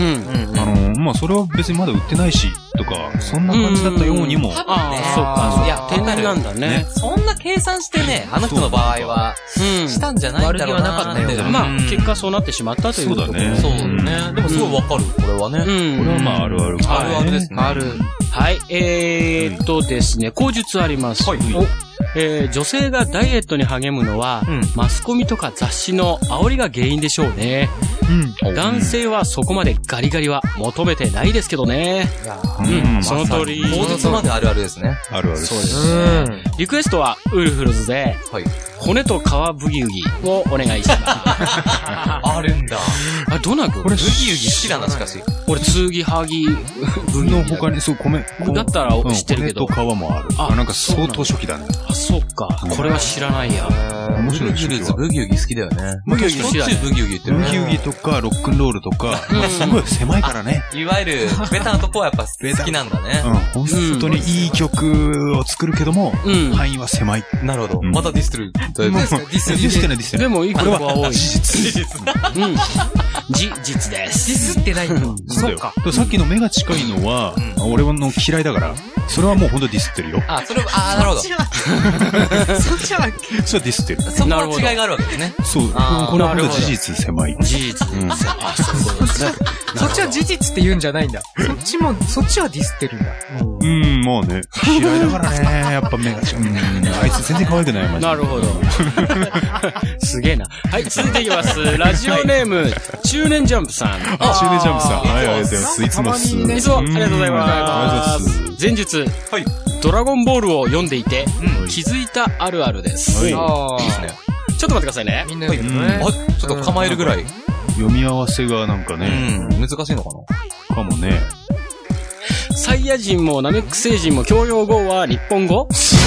あの、まあ、それは別にまだ売ってないし、とか、そんな感じだったようにも。 多分ね。そうか。 いや、天然なんだね。 そんな計算してね、あの人の場合は、したんじゃないんだろうな。悪気はなかったよ。 まあ、結果そうなってしまったということ。 そうだね。 そうね。でもすごいわかる、これはね。 これはまあ、あるある。 あるあるですね。 ある。はい、えーっとですね、口述あります。はい。えー、女性がダイエットに励むのは、うん、マスコミとか雑誌の煽りが原因でしょうね。うん、男性はそこまでガリガリは求めてないですけどね。うん、うん、その通り。 口述まであるあるですね。 あるある。 そうです。うん、リクエストはウルフルズで、はい、骨と皮ブギウギをお願いします。 あるんだ。 あ、どうなくこれブギウギ好きだな、しかし。 俺、つぎはぎ、 ブギの他に、そう、米。 だったら知ってるけど。 骨と皮もある。あ、なんか相当初期だね。 あ、そっか。これは知らないや。 面白い。 ブギウギブギウギ好きだよね。 ブギウギ好きだね。 ブギウギ言ってるね。 ブギウギとか、ロックンロールとか、すごい狭いからね。 いわゆる、ベタなとこはやっぱ好きなんだね。 うん。本当にいい曲を作るけども、範囲は狭い。 なるほど。またディスってる。 ディスってない、ディスってない。 でも、いい曲は多い。 事実。 事実。うん。事実です。 ディスってないの。 そうか。さっきの目が近いのは、俺の嫌いだから、それはもうほんとディスってるよ。 あ、それは、あ、なるほど。 そっちは、 それはディスってる。 そこは違いがあるわけですね。 そう。これはほんと事実狭い。 事実。あ、そういうことですね。 そっちは事実って言うんじゃないんだ。そっちも、そっちはディスってるんだ。 うん、もうね。嫌いだからね。やっぱ目が近い。うん。あいつ全然可愛くない、マジで。 なるほど。すげえな。はい、続いていきます。ラジオネーム、中年ジャンプさん。 あ、中年ジャンプさん。はい、ありがとうございます。いつもす。 いつもありがとうございます。前述、ドラゴンボールを読んでいて、気づいたあるあるです。いいですね。ちょっと待ってくださいね。 みんな読むね。 あ、ちょっと構えるぐらい。 読み合わせがなんかね。 難しいのかなかもね。 サイヤ人もナメック星人も教養語は日本語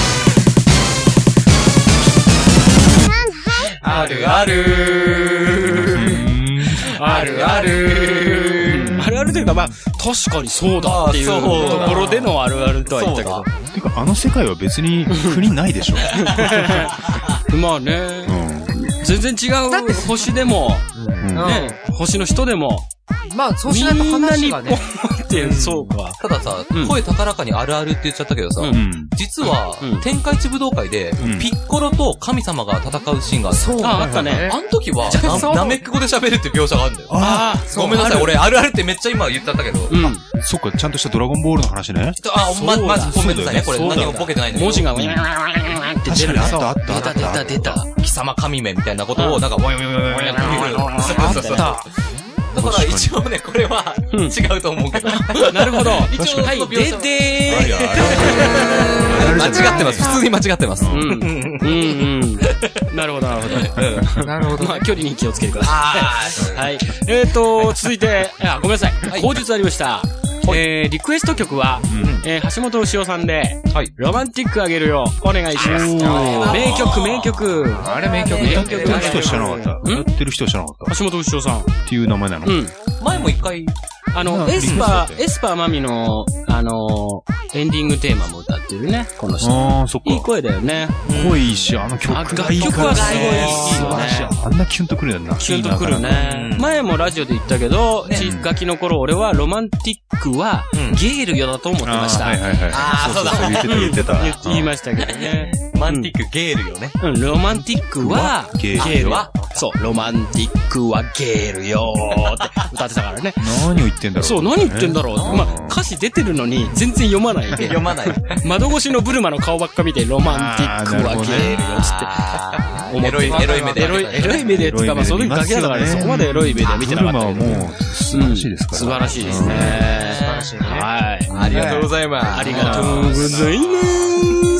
あるあるあるあるあるあるというか、まあ、確かにそうだっていうところでのあるあるとは言ったけど。 てか、あの世界は別に国ないでしょ。 まあね、全然違う星でも、ね、星の人でも、 まあ、そうしないと話がね。 っていう、そうか。 たださ、声高らかにあるあるって言っちゃったけどさ、実は、天下一武道会で、ピッコロと神様が戦うシーンがあった。 そう、あったね。 あの時は、ナメック語で喋るって描写があるんだよ。ああ、ごめんなさい、俺、あるあるってめっちゃ今言っちゃったけど。 そっか、ちゃんとしたドラゴンボールの話ね。 あ、ま、まじ、ごめんなさいね、これ、何もボケてないんだけど。 文字が、ウィーンって出る。 あったあったあった。 出た出た出た。 貴様神めみたいなことを、なんか、ウィーンウィーンウィーンって言う。あった。だから一応ね、これは違うと思うけど。 なるほど。 一応、 はい、ででー。 間違ってます。普通に間違ってます。うん。うんうん。なるほど、なるほど。 なるほど。 まあ、距離に気をつけてください。はい。えーと、続いて、あ、ごめんなさい。口述ありました。えー、リクエスト曲は、えー、橋本牛尾さんで、ロマンティックあげるよ。お願いします。名曲、名曲。 あれ名曲。 歌ってる人知らなかった。歌ってる人知らなかった。 橋本牛尾さん。 っていう名前なの？ うん。 前も一回、 あの、エスパー、エスパーマミの、あの、エンディングテーマも歌ってるね、この人。 ああ、そっか。 いい声だよね。 声いいし、あの曲がいいから。 曲はすごいいいよね。 あんなキュンとくるよな。 キュンとくるね。前もラジオで言ったけど、ガキの頃俺はロマンティックはゲールよだと思ってました。 はいはいはい。 ああ、そうだ。 言ってた言ってた。 言いましたけどね。 ロマンティックゲールよね。 うん、ロマンティックはゲールはそう、ロマンティックはゲールよーって歌ってたからね。 何を言ってんだろう。 そう、何言ってんだろう。まあ、歌詞出てるのに全然読まないで。 読まない。 窓越しのブルマの顔ばっか見て、ロマンティックはゲールよつって。 エロい、エロい目で。 エロい、エロい目で。つか、まあ、その時だけだから、そこまでエロい目で見てなかったけど。 ブルマはもう、素晴らしいですから。 素晴らしいですね。 素晴らしいね。 はい。 ありがとうございます。 ありがとうございます。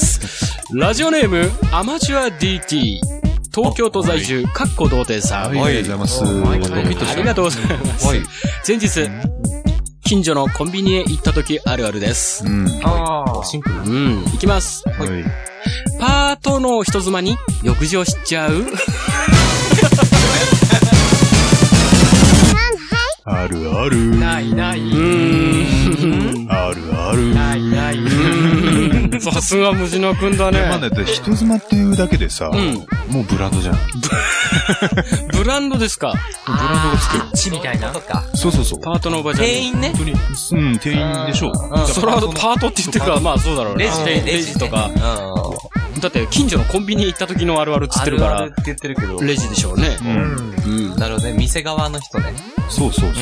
ラジオネーム、アマチュア ディーティー。東京都在住、かっこ童貞さん。 ありがとうございます。 ありがとうございます。前日、近所のコンビニへ行った時あるあるです。 うん。 ああ。 シンプル。 うん。行きます。 はい。 パートの人妻に、欲情しちゃうあるある。 ないない。うーん。あるある。 ないない。 さすがムジナ君だね。 まあだって人妻っていうだけでさ、もうブランドじゃん。 ブランドですか。 ブランドがつける。 チみたいな。 そうそうそう。 パートのおばちゃん。 店員ね。 うん、店員でしょう。 それはパートって言ってるから、まあそうだろうね。 レジ、 レジとか。だって近所のコンビニ行った時のあるあるっつってるから。 あるあるって言ってるけど。 レジでしょうね。 うん。 なるほどね。店側の人ね。 そうそうそう。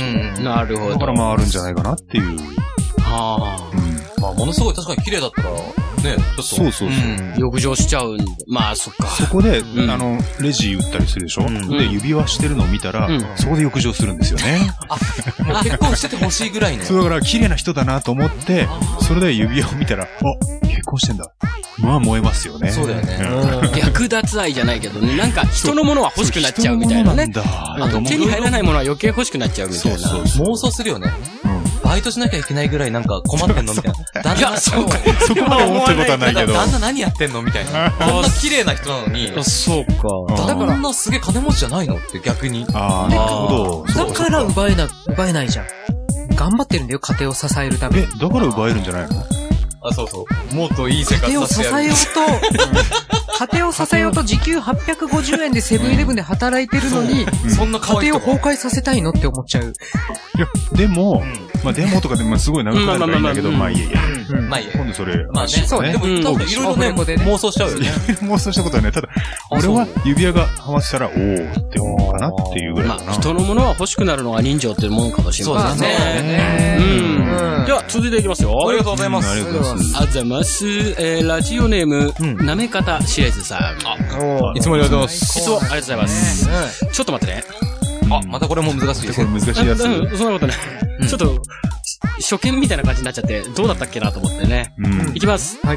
なるほど。 だからまああるんじゃないかなっていう。 はあ。まあものすごい確かに綺麗だったら、ね、ちょっと。 そうそうそう。 浴場しちゃう。まあそっか。 そこで、あの、レジ売ったりするでしょ。で、指輪してるのを見たら、そこで浴場するんですよね。 あ、もう結婚しててほしいぐらいね。 そうだから綺麗な人だなと思って、それで指輪を見たら、あ、結婚してんだ。まあ燃えますよね。 そうだよね。 略奪愛じゃないけどね。なんか人のものは欲しくなっちゃうみたいなね。手に入らないものは余計欲しくなっちゃうみたいな。 妄想するよね。バイトしなきゃいけないぐらいなんか困ってんのみたいな。 いや、そうか。 そこまで思ったことはないけど。 旦那何やってんのみたいな。こんな綺麗な人なのに。 そうか。 だから、こんなすげえ金持ちじゃないのって逆に。 ああ、なるほど。だから奪えな、奪えないじゃん。頑張ってるんだよ、家庭を支えるために。 え、だから奪えるんじゃないの？ あ、そうそう。もっといい生活させてやる。 家庭を支えようと、家庭を支えようと時給はっぴゃくごじゅうえんでセブンイレブンで働いてるのに、 そんな可愛い家庭を崩壊させたいのって思っちゃう。 いや、でも、まあデモとかでもすごい長くなるからいいんだけど、まあいいやいや。 まあいいや。 今度それ、 まあね。そうね。でも、多分いろいろね、妄想しちゃうよね。 妄想したことはね、ただ、俺は指輪がハマってたら、おーって思うかなっていうぐらいかな。 人のものは欲しくなるのが人情っていうもんかもしれないですね。うん。では、続いていきますよ。 ありがとうございます。 ありがとうございます。 ありがとうございます。えー、ラジオネーム、なめかたしれずさん。 あ、いつもありがとうございます。 いつもありがとうございます。ちょっと待ってね。 あ、またこれも難しい。 これ難しいやつ。 そんなことない。ちょっと、初見みたいな感じになっちゃって、どうだったっけなと思ってね。いきます。はい。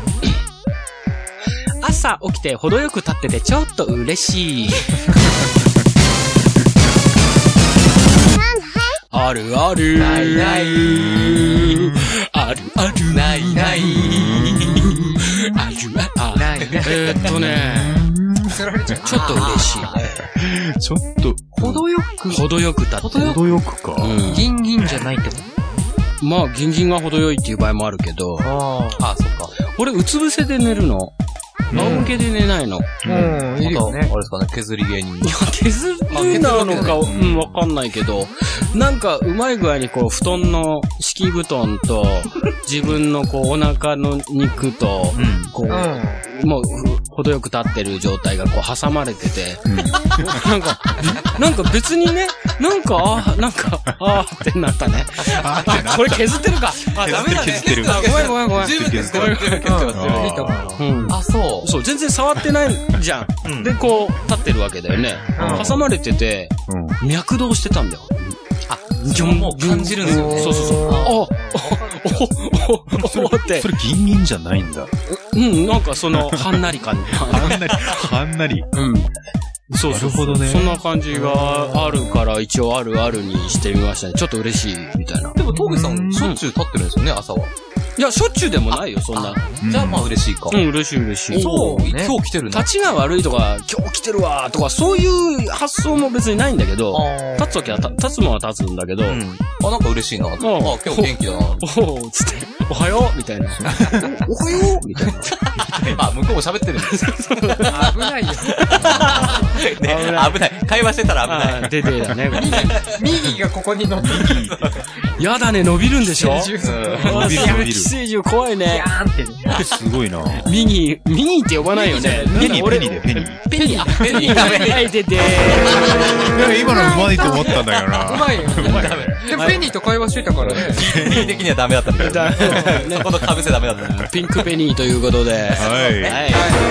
朝起きて程よく立っててちょっと嬉しい。あるある。 ないない。 あるある。 ないない。 あるある。ないない。えーっとね。ちょっと嬉しい。 ちょっと。 程よく。 程よく立って。 程よくか。 ギンギンじゃないってこと？ まあ、ギンギンが程よいっていう場合もあるけど。 ああ、そっか。 俺、うつ伏せで寝るの。仰向けで寝ないの。 うん、いいよね。 あれですかね、削り芸人。 いや、削りなのか、うん、わかんないけど、なんか、うまい具合にこう、布団の、敷布団と、自分のこう、お腹の肉と、こう、もう、程よく立ってる状態がこう、挟まれてて、なんか、なんか別にね、なんか、あなんか、あーってなったね。あ、これ削ってるか。あ、ダメだね。 削ってる。 ごめんごめんごめん。 十分削ってる。削ってますいいと思う。 うん。あ、そう。 そう、全然触ってないじゃん。で、こう、立ってるわけだよね。挟まれてて、脈動してたんだよ。 あ、もう感じるんですよね。 そうそうそう。あ、お、お、お、おって。 それギンギンじゃないんだ。 うん、なんかその、はんなり感。 はんなり、はんなり。 うん。そうそう。なるほどね。そんな感じがあるから、一応あるあるにしてみましたね。ちょっと嬉しい、みたいな。 でも、峠さん、しょっちゅう立ってるんですよね、朝は。 いや、しょっちゅうでもないよ、そんな。 じゃあまあ嬉しいか。 うん、嬉しい嬉しい。 そう、今日来てるな。 立ちが悪いとか、今日来てるわとか、そういう発想も別にないんだけど、立つときは、立つのは立つんだけど、 あ、なんか嬉しいな。あ、今日元気だな。 おおつって、おはようみたいな。おはようみたいな。 あ、向こうも喋ってるんです。 危ないよ。 危ない。会話してたら危ない。 出てだね。 右がここに乗ってやだね、伸びるんでしょ？ 伸びる伸びる。 寄生獣怖いね。 ーンって。 すごいな。 ミニ、ミニって呼ばないよね。 ペニー、ペニーで、ペニー。 ペニー、あ、ペニー。はい、出て。 今のうまいと思ったんだよな。 うまいよ。うまい。でもペニーと会話してたからね。 ペニー的にはダメだったんだよ。この被せダメだった。 ピンクペニーということで。はい。はい。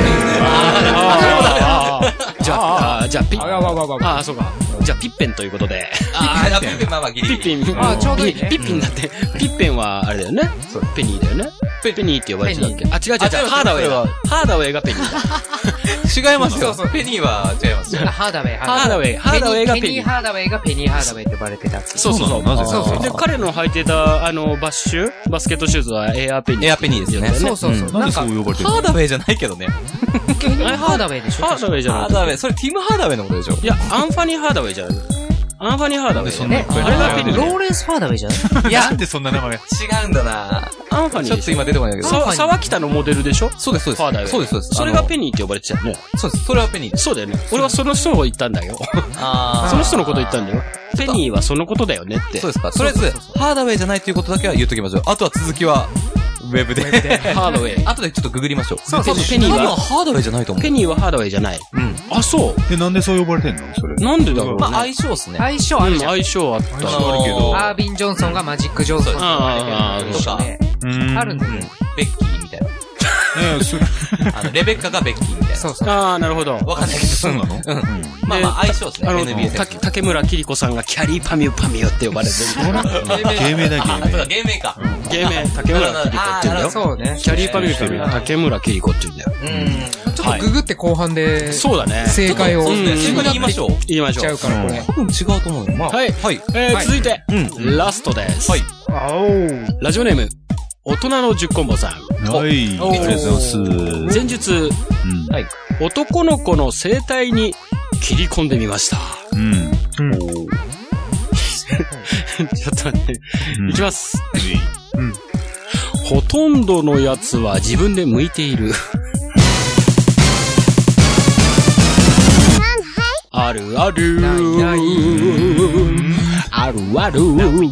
じゃあ、じゃあ、ピッ、ああ、そうか。じゃあ、ピッペンということで。 ああ、ピッペン、まあまあ、ギリギリ。 ピッペン。あ、ちょうどいい。ピッピンだって、ピッペンは、あれだよね。ペニーだよね。ペニーって呼ばれてたっけ？あ、違う違う違う。ハーダウェイが。ハーダウェイがペニーだ。 違いますよ。ペニーは違いますよ。 ハーダウェイ、 ハーダウェイ、ハーダウェイがペニー。 ペニーハーダウェイがペニーハーダウェイって呼ばれてた。 そうそうそう。 なぜそうそう。で、彼の履いてた、あの、バッシュバスケットシューズはエアーペニー。 エアーペニーですよね。 そうそうそう。 なんでそう呼ばれてるの？ ハーダウェイじゃないけどね。 ペニーハーダウェイでしょ？ ハーダウェイじゃない。 ハーダウェイ。それティム・ハーダウェイのことでしょ？ いや、アンファニー・ハーダウェイじゃない。アンファニー・ハーダウェイ。 そんなあれがペニー。 ローレンス・ファーダウェイじゃない？ いや、 なんでそんな名前？ 違うんだなアンファニー。 ちょっと今出てこないけど。 さ、沢北のモデルでしょ？ そうです、そうです。 ハーダウェイ。 そうです、そうです。 それがペニーって呼ばれてたよね。 そうです。それはペニーです。 そうだよね。俺はその人を言ったんだよ。 あその人のこと言ったんだよ。ペニーはそのことだよねって。 そうですか。とりあえず、ハーダウェイじゃないっていうことだけは言っときましょう。あとは続きは、ウェブで。 ハードウェイ。 後でちょっとググりましょう。 そうそう。ペニーは、 ハードウェイじゃないと思う。 ペニーはハードウェイじゃない。 うん。 あ、そう。 え、なんでそう呼ばれてんのそれ。 なんでだろうね。 まあ、相性っすね。 相性あるじゃん。 相性あった。 あるけど。 アービン・ジョンソンがマジック・ジョンソンって呼ばれてるあとかね。あるんだよね。 ベッキーみたいな。 え、それ。 あの、レベッカがベッキーみたいな。 そうそう。 ああ、なるほど。 わかんないけど。 そうなの？ うん。まあまあ、相性っすね。 あの、 エヌビーエーた竹村キリコさんがキャリーパミュパミュって呼ばれてる。 芸名だ、 あ、そうだ、 芸芸名か。 芸名、竹村キリコって言うんだよ。 そうね。 キャリーパミュパミュ、竹村キリコって言うんだよ。 うん。 ちょっとググって後半で、 そうだね。 正解をそうですね。言いましょう。 言いましょう。 ちゃうから、これ。 多分違うと思うよ。まあ。 はい。 はい。 えー、続いて、ラストです。はい。ラジオネーム、大人の十コンボさん。 はい。ありがとうございます。 前述、 はい。 男の子の生態に切り込んでみました。 うん。 ちょっと待って、いきます。ほとんどのやつは自分で向いている。あるある。あるある。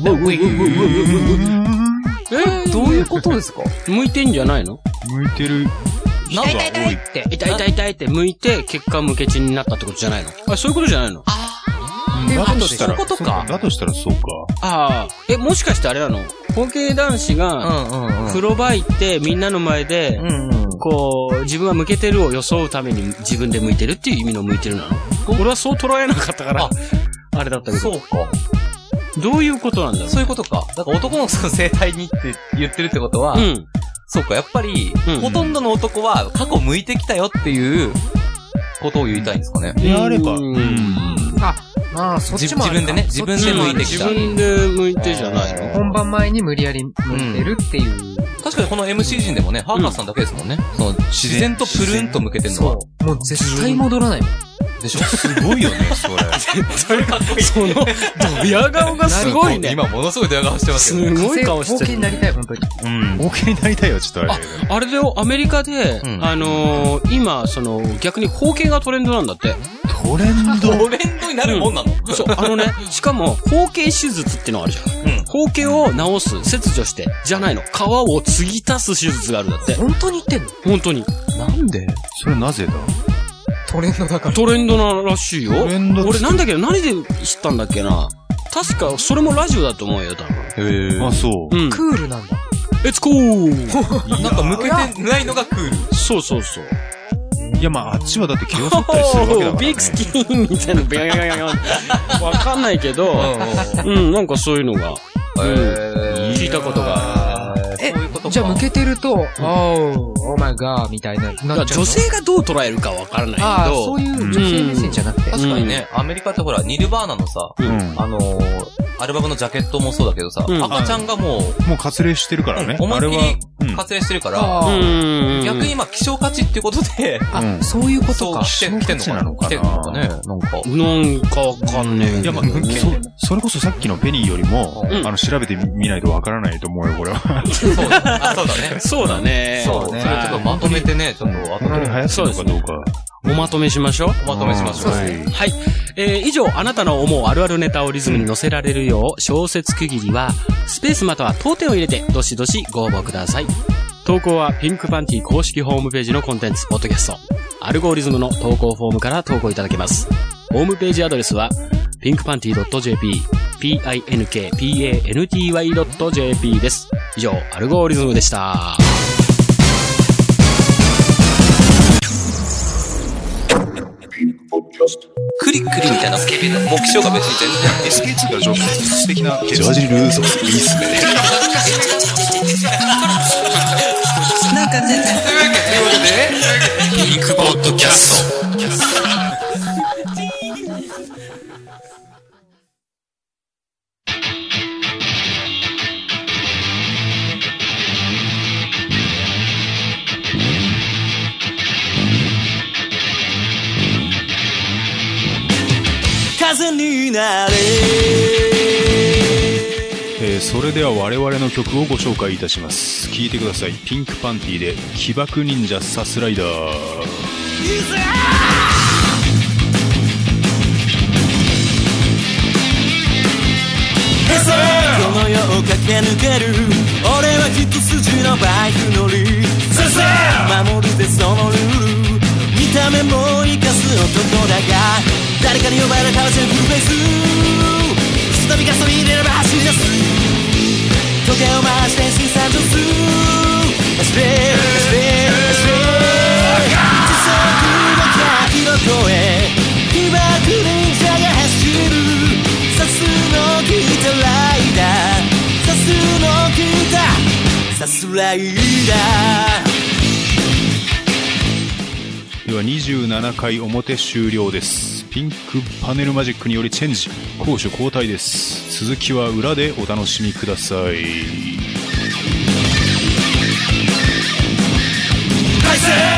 えー、どういうことですか？ 向いてんじゃないの？ 向いてる。 痛い痛い痛いって。 痛い痛い痛いって向いて、結果無血になったってことじゃないの？あ、そういうことじゃないの？ だとしたら、 そういうことか。 だとしたらそうか。 ああ。え、もしかしてあれなの？包茎男子が、風呂場行ってみんなの前で、こう、自分は向けてるを装うために自分で向いてるっていう意味の向いてるなの？俺はそう捉えなかったから、あれだったけど。 そうか。 どういうことなんだろう？ そういうことか。だから男の子の生態にって言ってるってことは、 うん。 そうか、やっぱり、 うんうん、 ほとんどの男は過去向いてきたよっていうことを言いたいんですかね。 であれば、 ううんん。 あ、まあ、そっちもあるか。 自分でね、自分で向いてきた。 自分で向いてじゃないの？ 本番前に無理やり向いてるっていう。 確かにこの エムシー 陣でもね、ハーカスさんだけですもんね。その自然とプルンと向けてるのは。 そう。もう絶対戻らないもん。 でしょ？ すごいよね、それ。 それかっこいい。その、ドヤ顔がすごいね。 今ものすごいドヤ顔してますけど。 すごい顔してる。 冒険になりたい、本当に。 うん。冒険になりたいよ、ちょっとあれ。 あ、あれでアメリカで、あの、今、その、逆に包茎がトレンドなんだって。 トレンドトレンドになるもんなの？ そう、あのね、しかも、包茎手術ってのがあるじゃん。包茎を治す、切除して、じゃないの。皮を継ぎ足す手術があるんだって。 本当に言ってんの？ 本当に。 なんで？ それなぜだ？ トレンドだから。 トレンドならしいよ。 トレンド俺なんだけど何で知ったんだっけな。確か、それもラジオだと思うよ、多分。 へー。 あ、そう。 うん。 クールなんだ。 It's cool! なんか向けてないのがクール。 そうそうそう。 いや、まあ、あっちはだって気を剃ったりするわけだからね。 ビッグスキンみたいな、ビャヤヤヤヤわかんないけど、うん、なんかそういうのが、聞いたことが。 え、じゃあ向けてると、おー、オーマイガーみたいな、なっちゃうの？ 女性がどう捉えるかわからないけど。 ああ、そういう女性目線じゃなくて。 確かにね、アメリカってほら、ニルバーナのさ、あの、アルバムのジャケットもそうだけどさ、赤ちゃんがもう、 もう割礼してるからね。 思いっきり割礼してるから、逆に今、希少価値っていうことで、 あ、そういうことか。 来てんのかな来てんのかね、なんか。 なんかわかんねえ。 いや、まあ、それこそさっきのペニーよりも、あの、調べてみないとわからないと思うよ、これは。 そうだ、あ、そうだね。 そうだね。 そう、それちょっとまとめてね、ちょっと後で本当に流行ってるのかどうか。 おまとめしましょう。 おまとめしましょう。 はい。 はい。えー、以上、あなたの思うあるあるネタをリズムに乗せられるよう、小説区切りは、スペースまたは当点を入れて、どしどしご応募ください。投稿は、ピンクパンティ公式ホームページのコンテンツ、ポッドキャスト、アルゴリズムの投稿フォームから投稿いただけます。ホームページアドレスは、ピンクパンティー .jp、ピンクパンティー ドット ジェーピー です。以上、アルゴリズムでした。 クリックリみたいな目標が別に全然 エスケーツー から素敵なジャージルーソースいいっすね。 なんかね、というわけで、 ピンクポッドキャスト。 風になれ、えー、それでは我々の曲をご紹介いたします。聴いてください。ピンクパンティで起爆忍者サスライダー。この世を駆け抜ける俺は一筋のバイク乗り、守るぜそのルール、見た目も生かす男だが、誰かに呼ばれたら全部フェイス、ひとたびガソリン入れれば走り出す、時計を回して新参上す、走れ走れ走れ、時速のひゃくキロ超え、起爆忍者が走る、サスの効いたライダー、サスの効いたサスライダー。ではにじゅうななかい表終了です。ピンクパネルマジックによりチェンジ、攻守交代です。続きは裏でお楽しみください。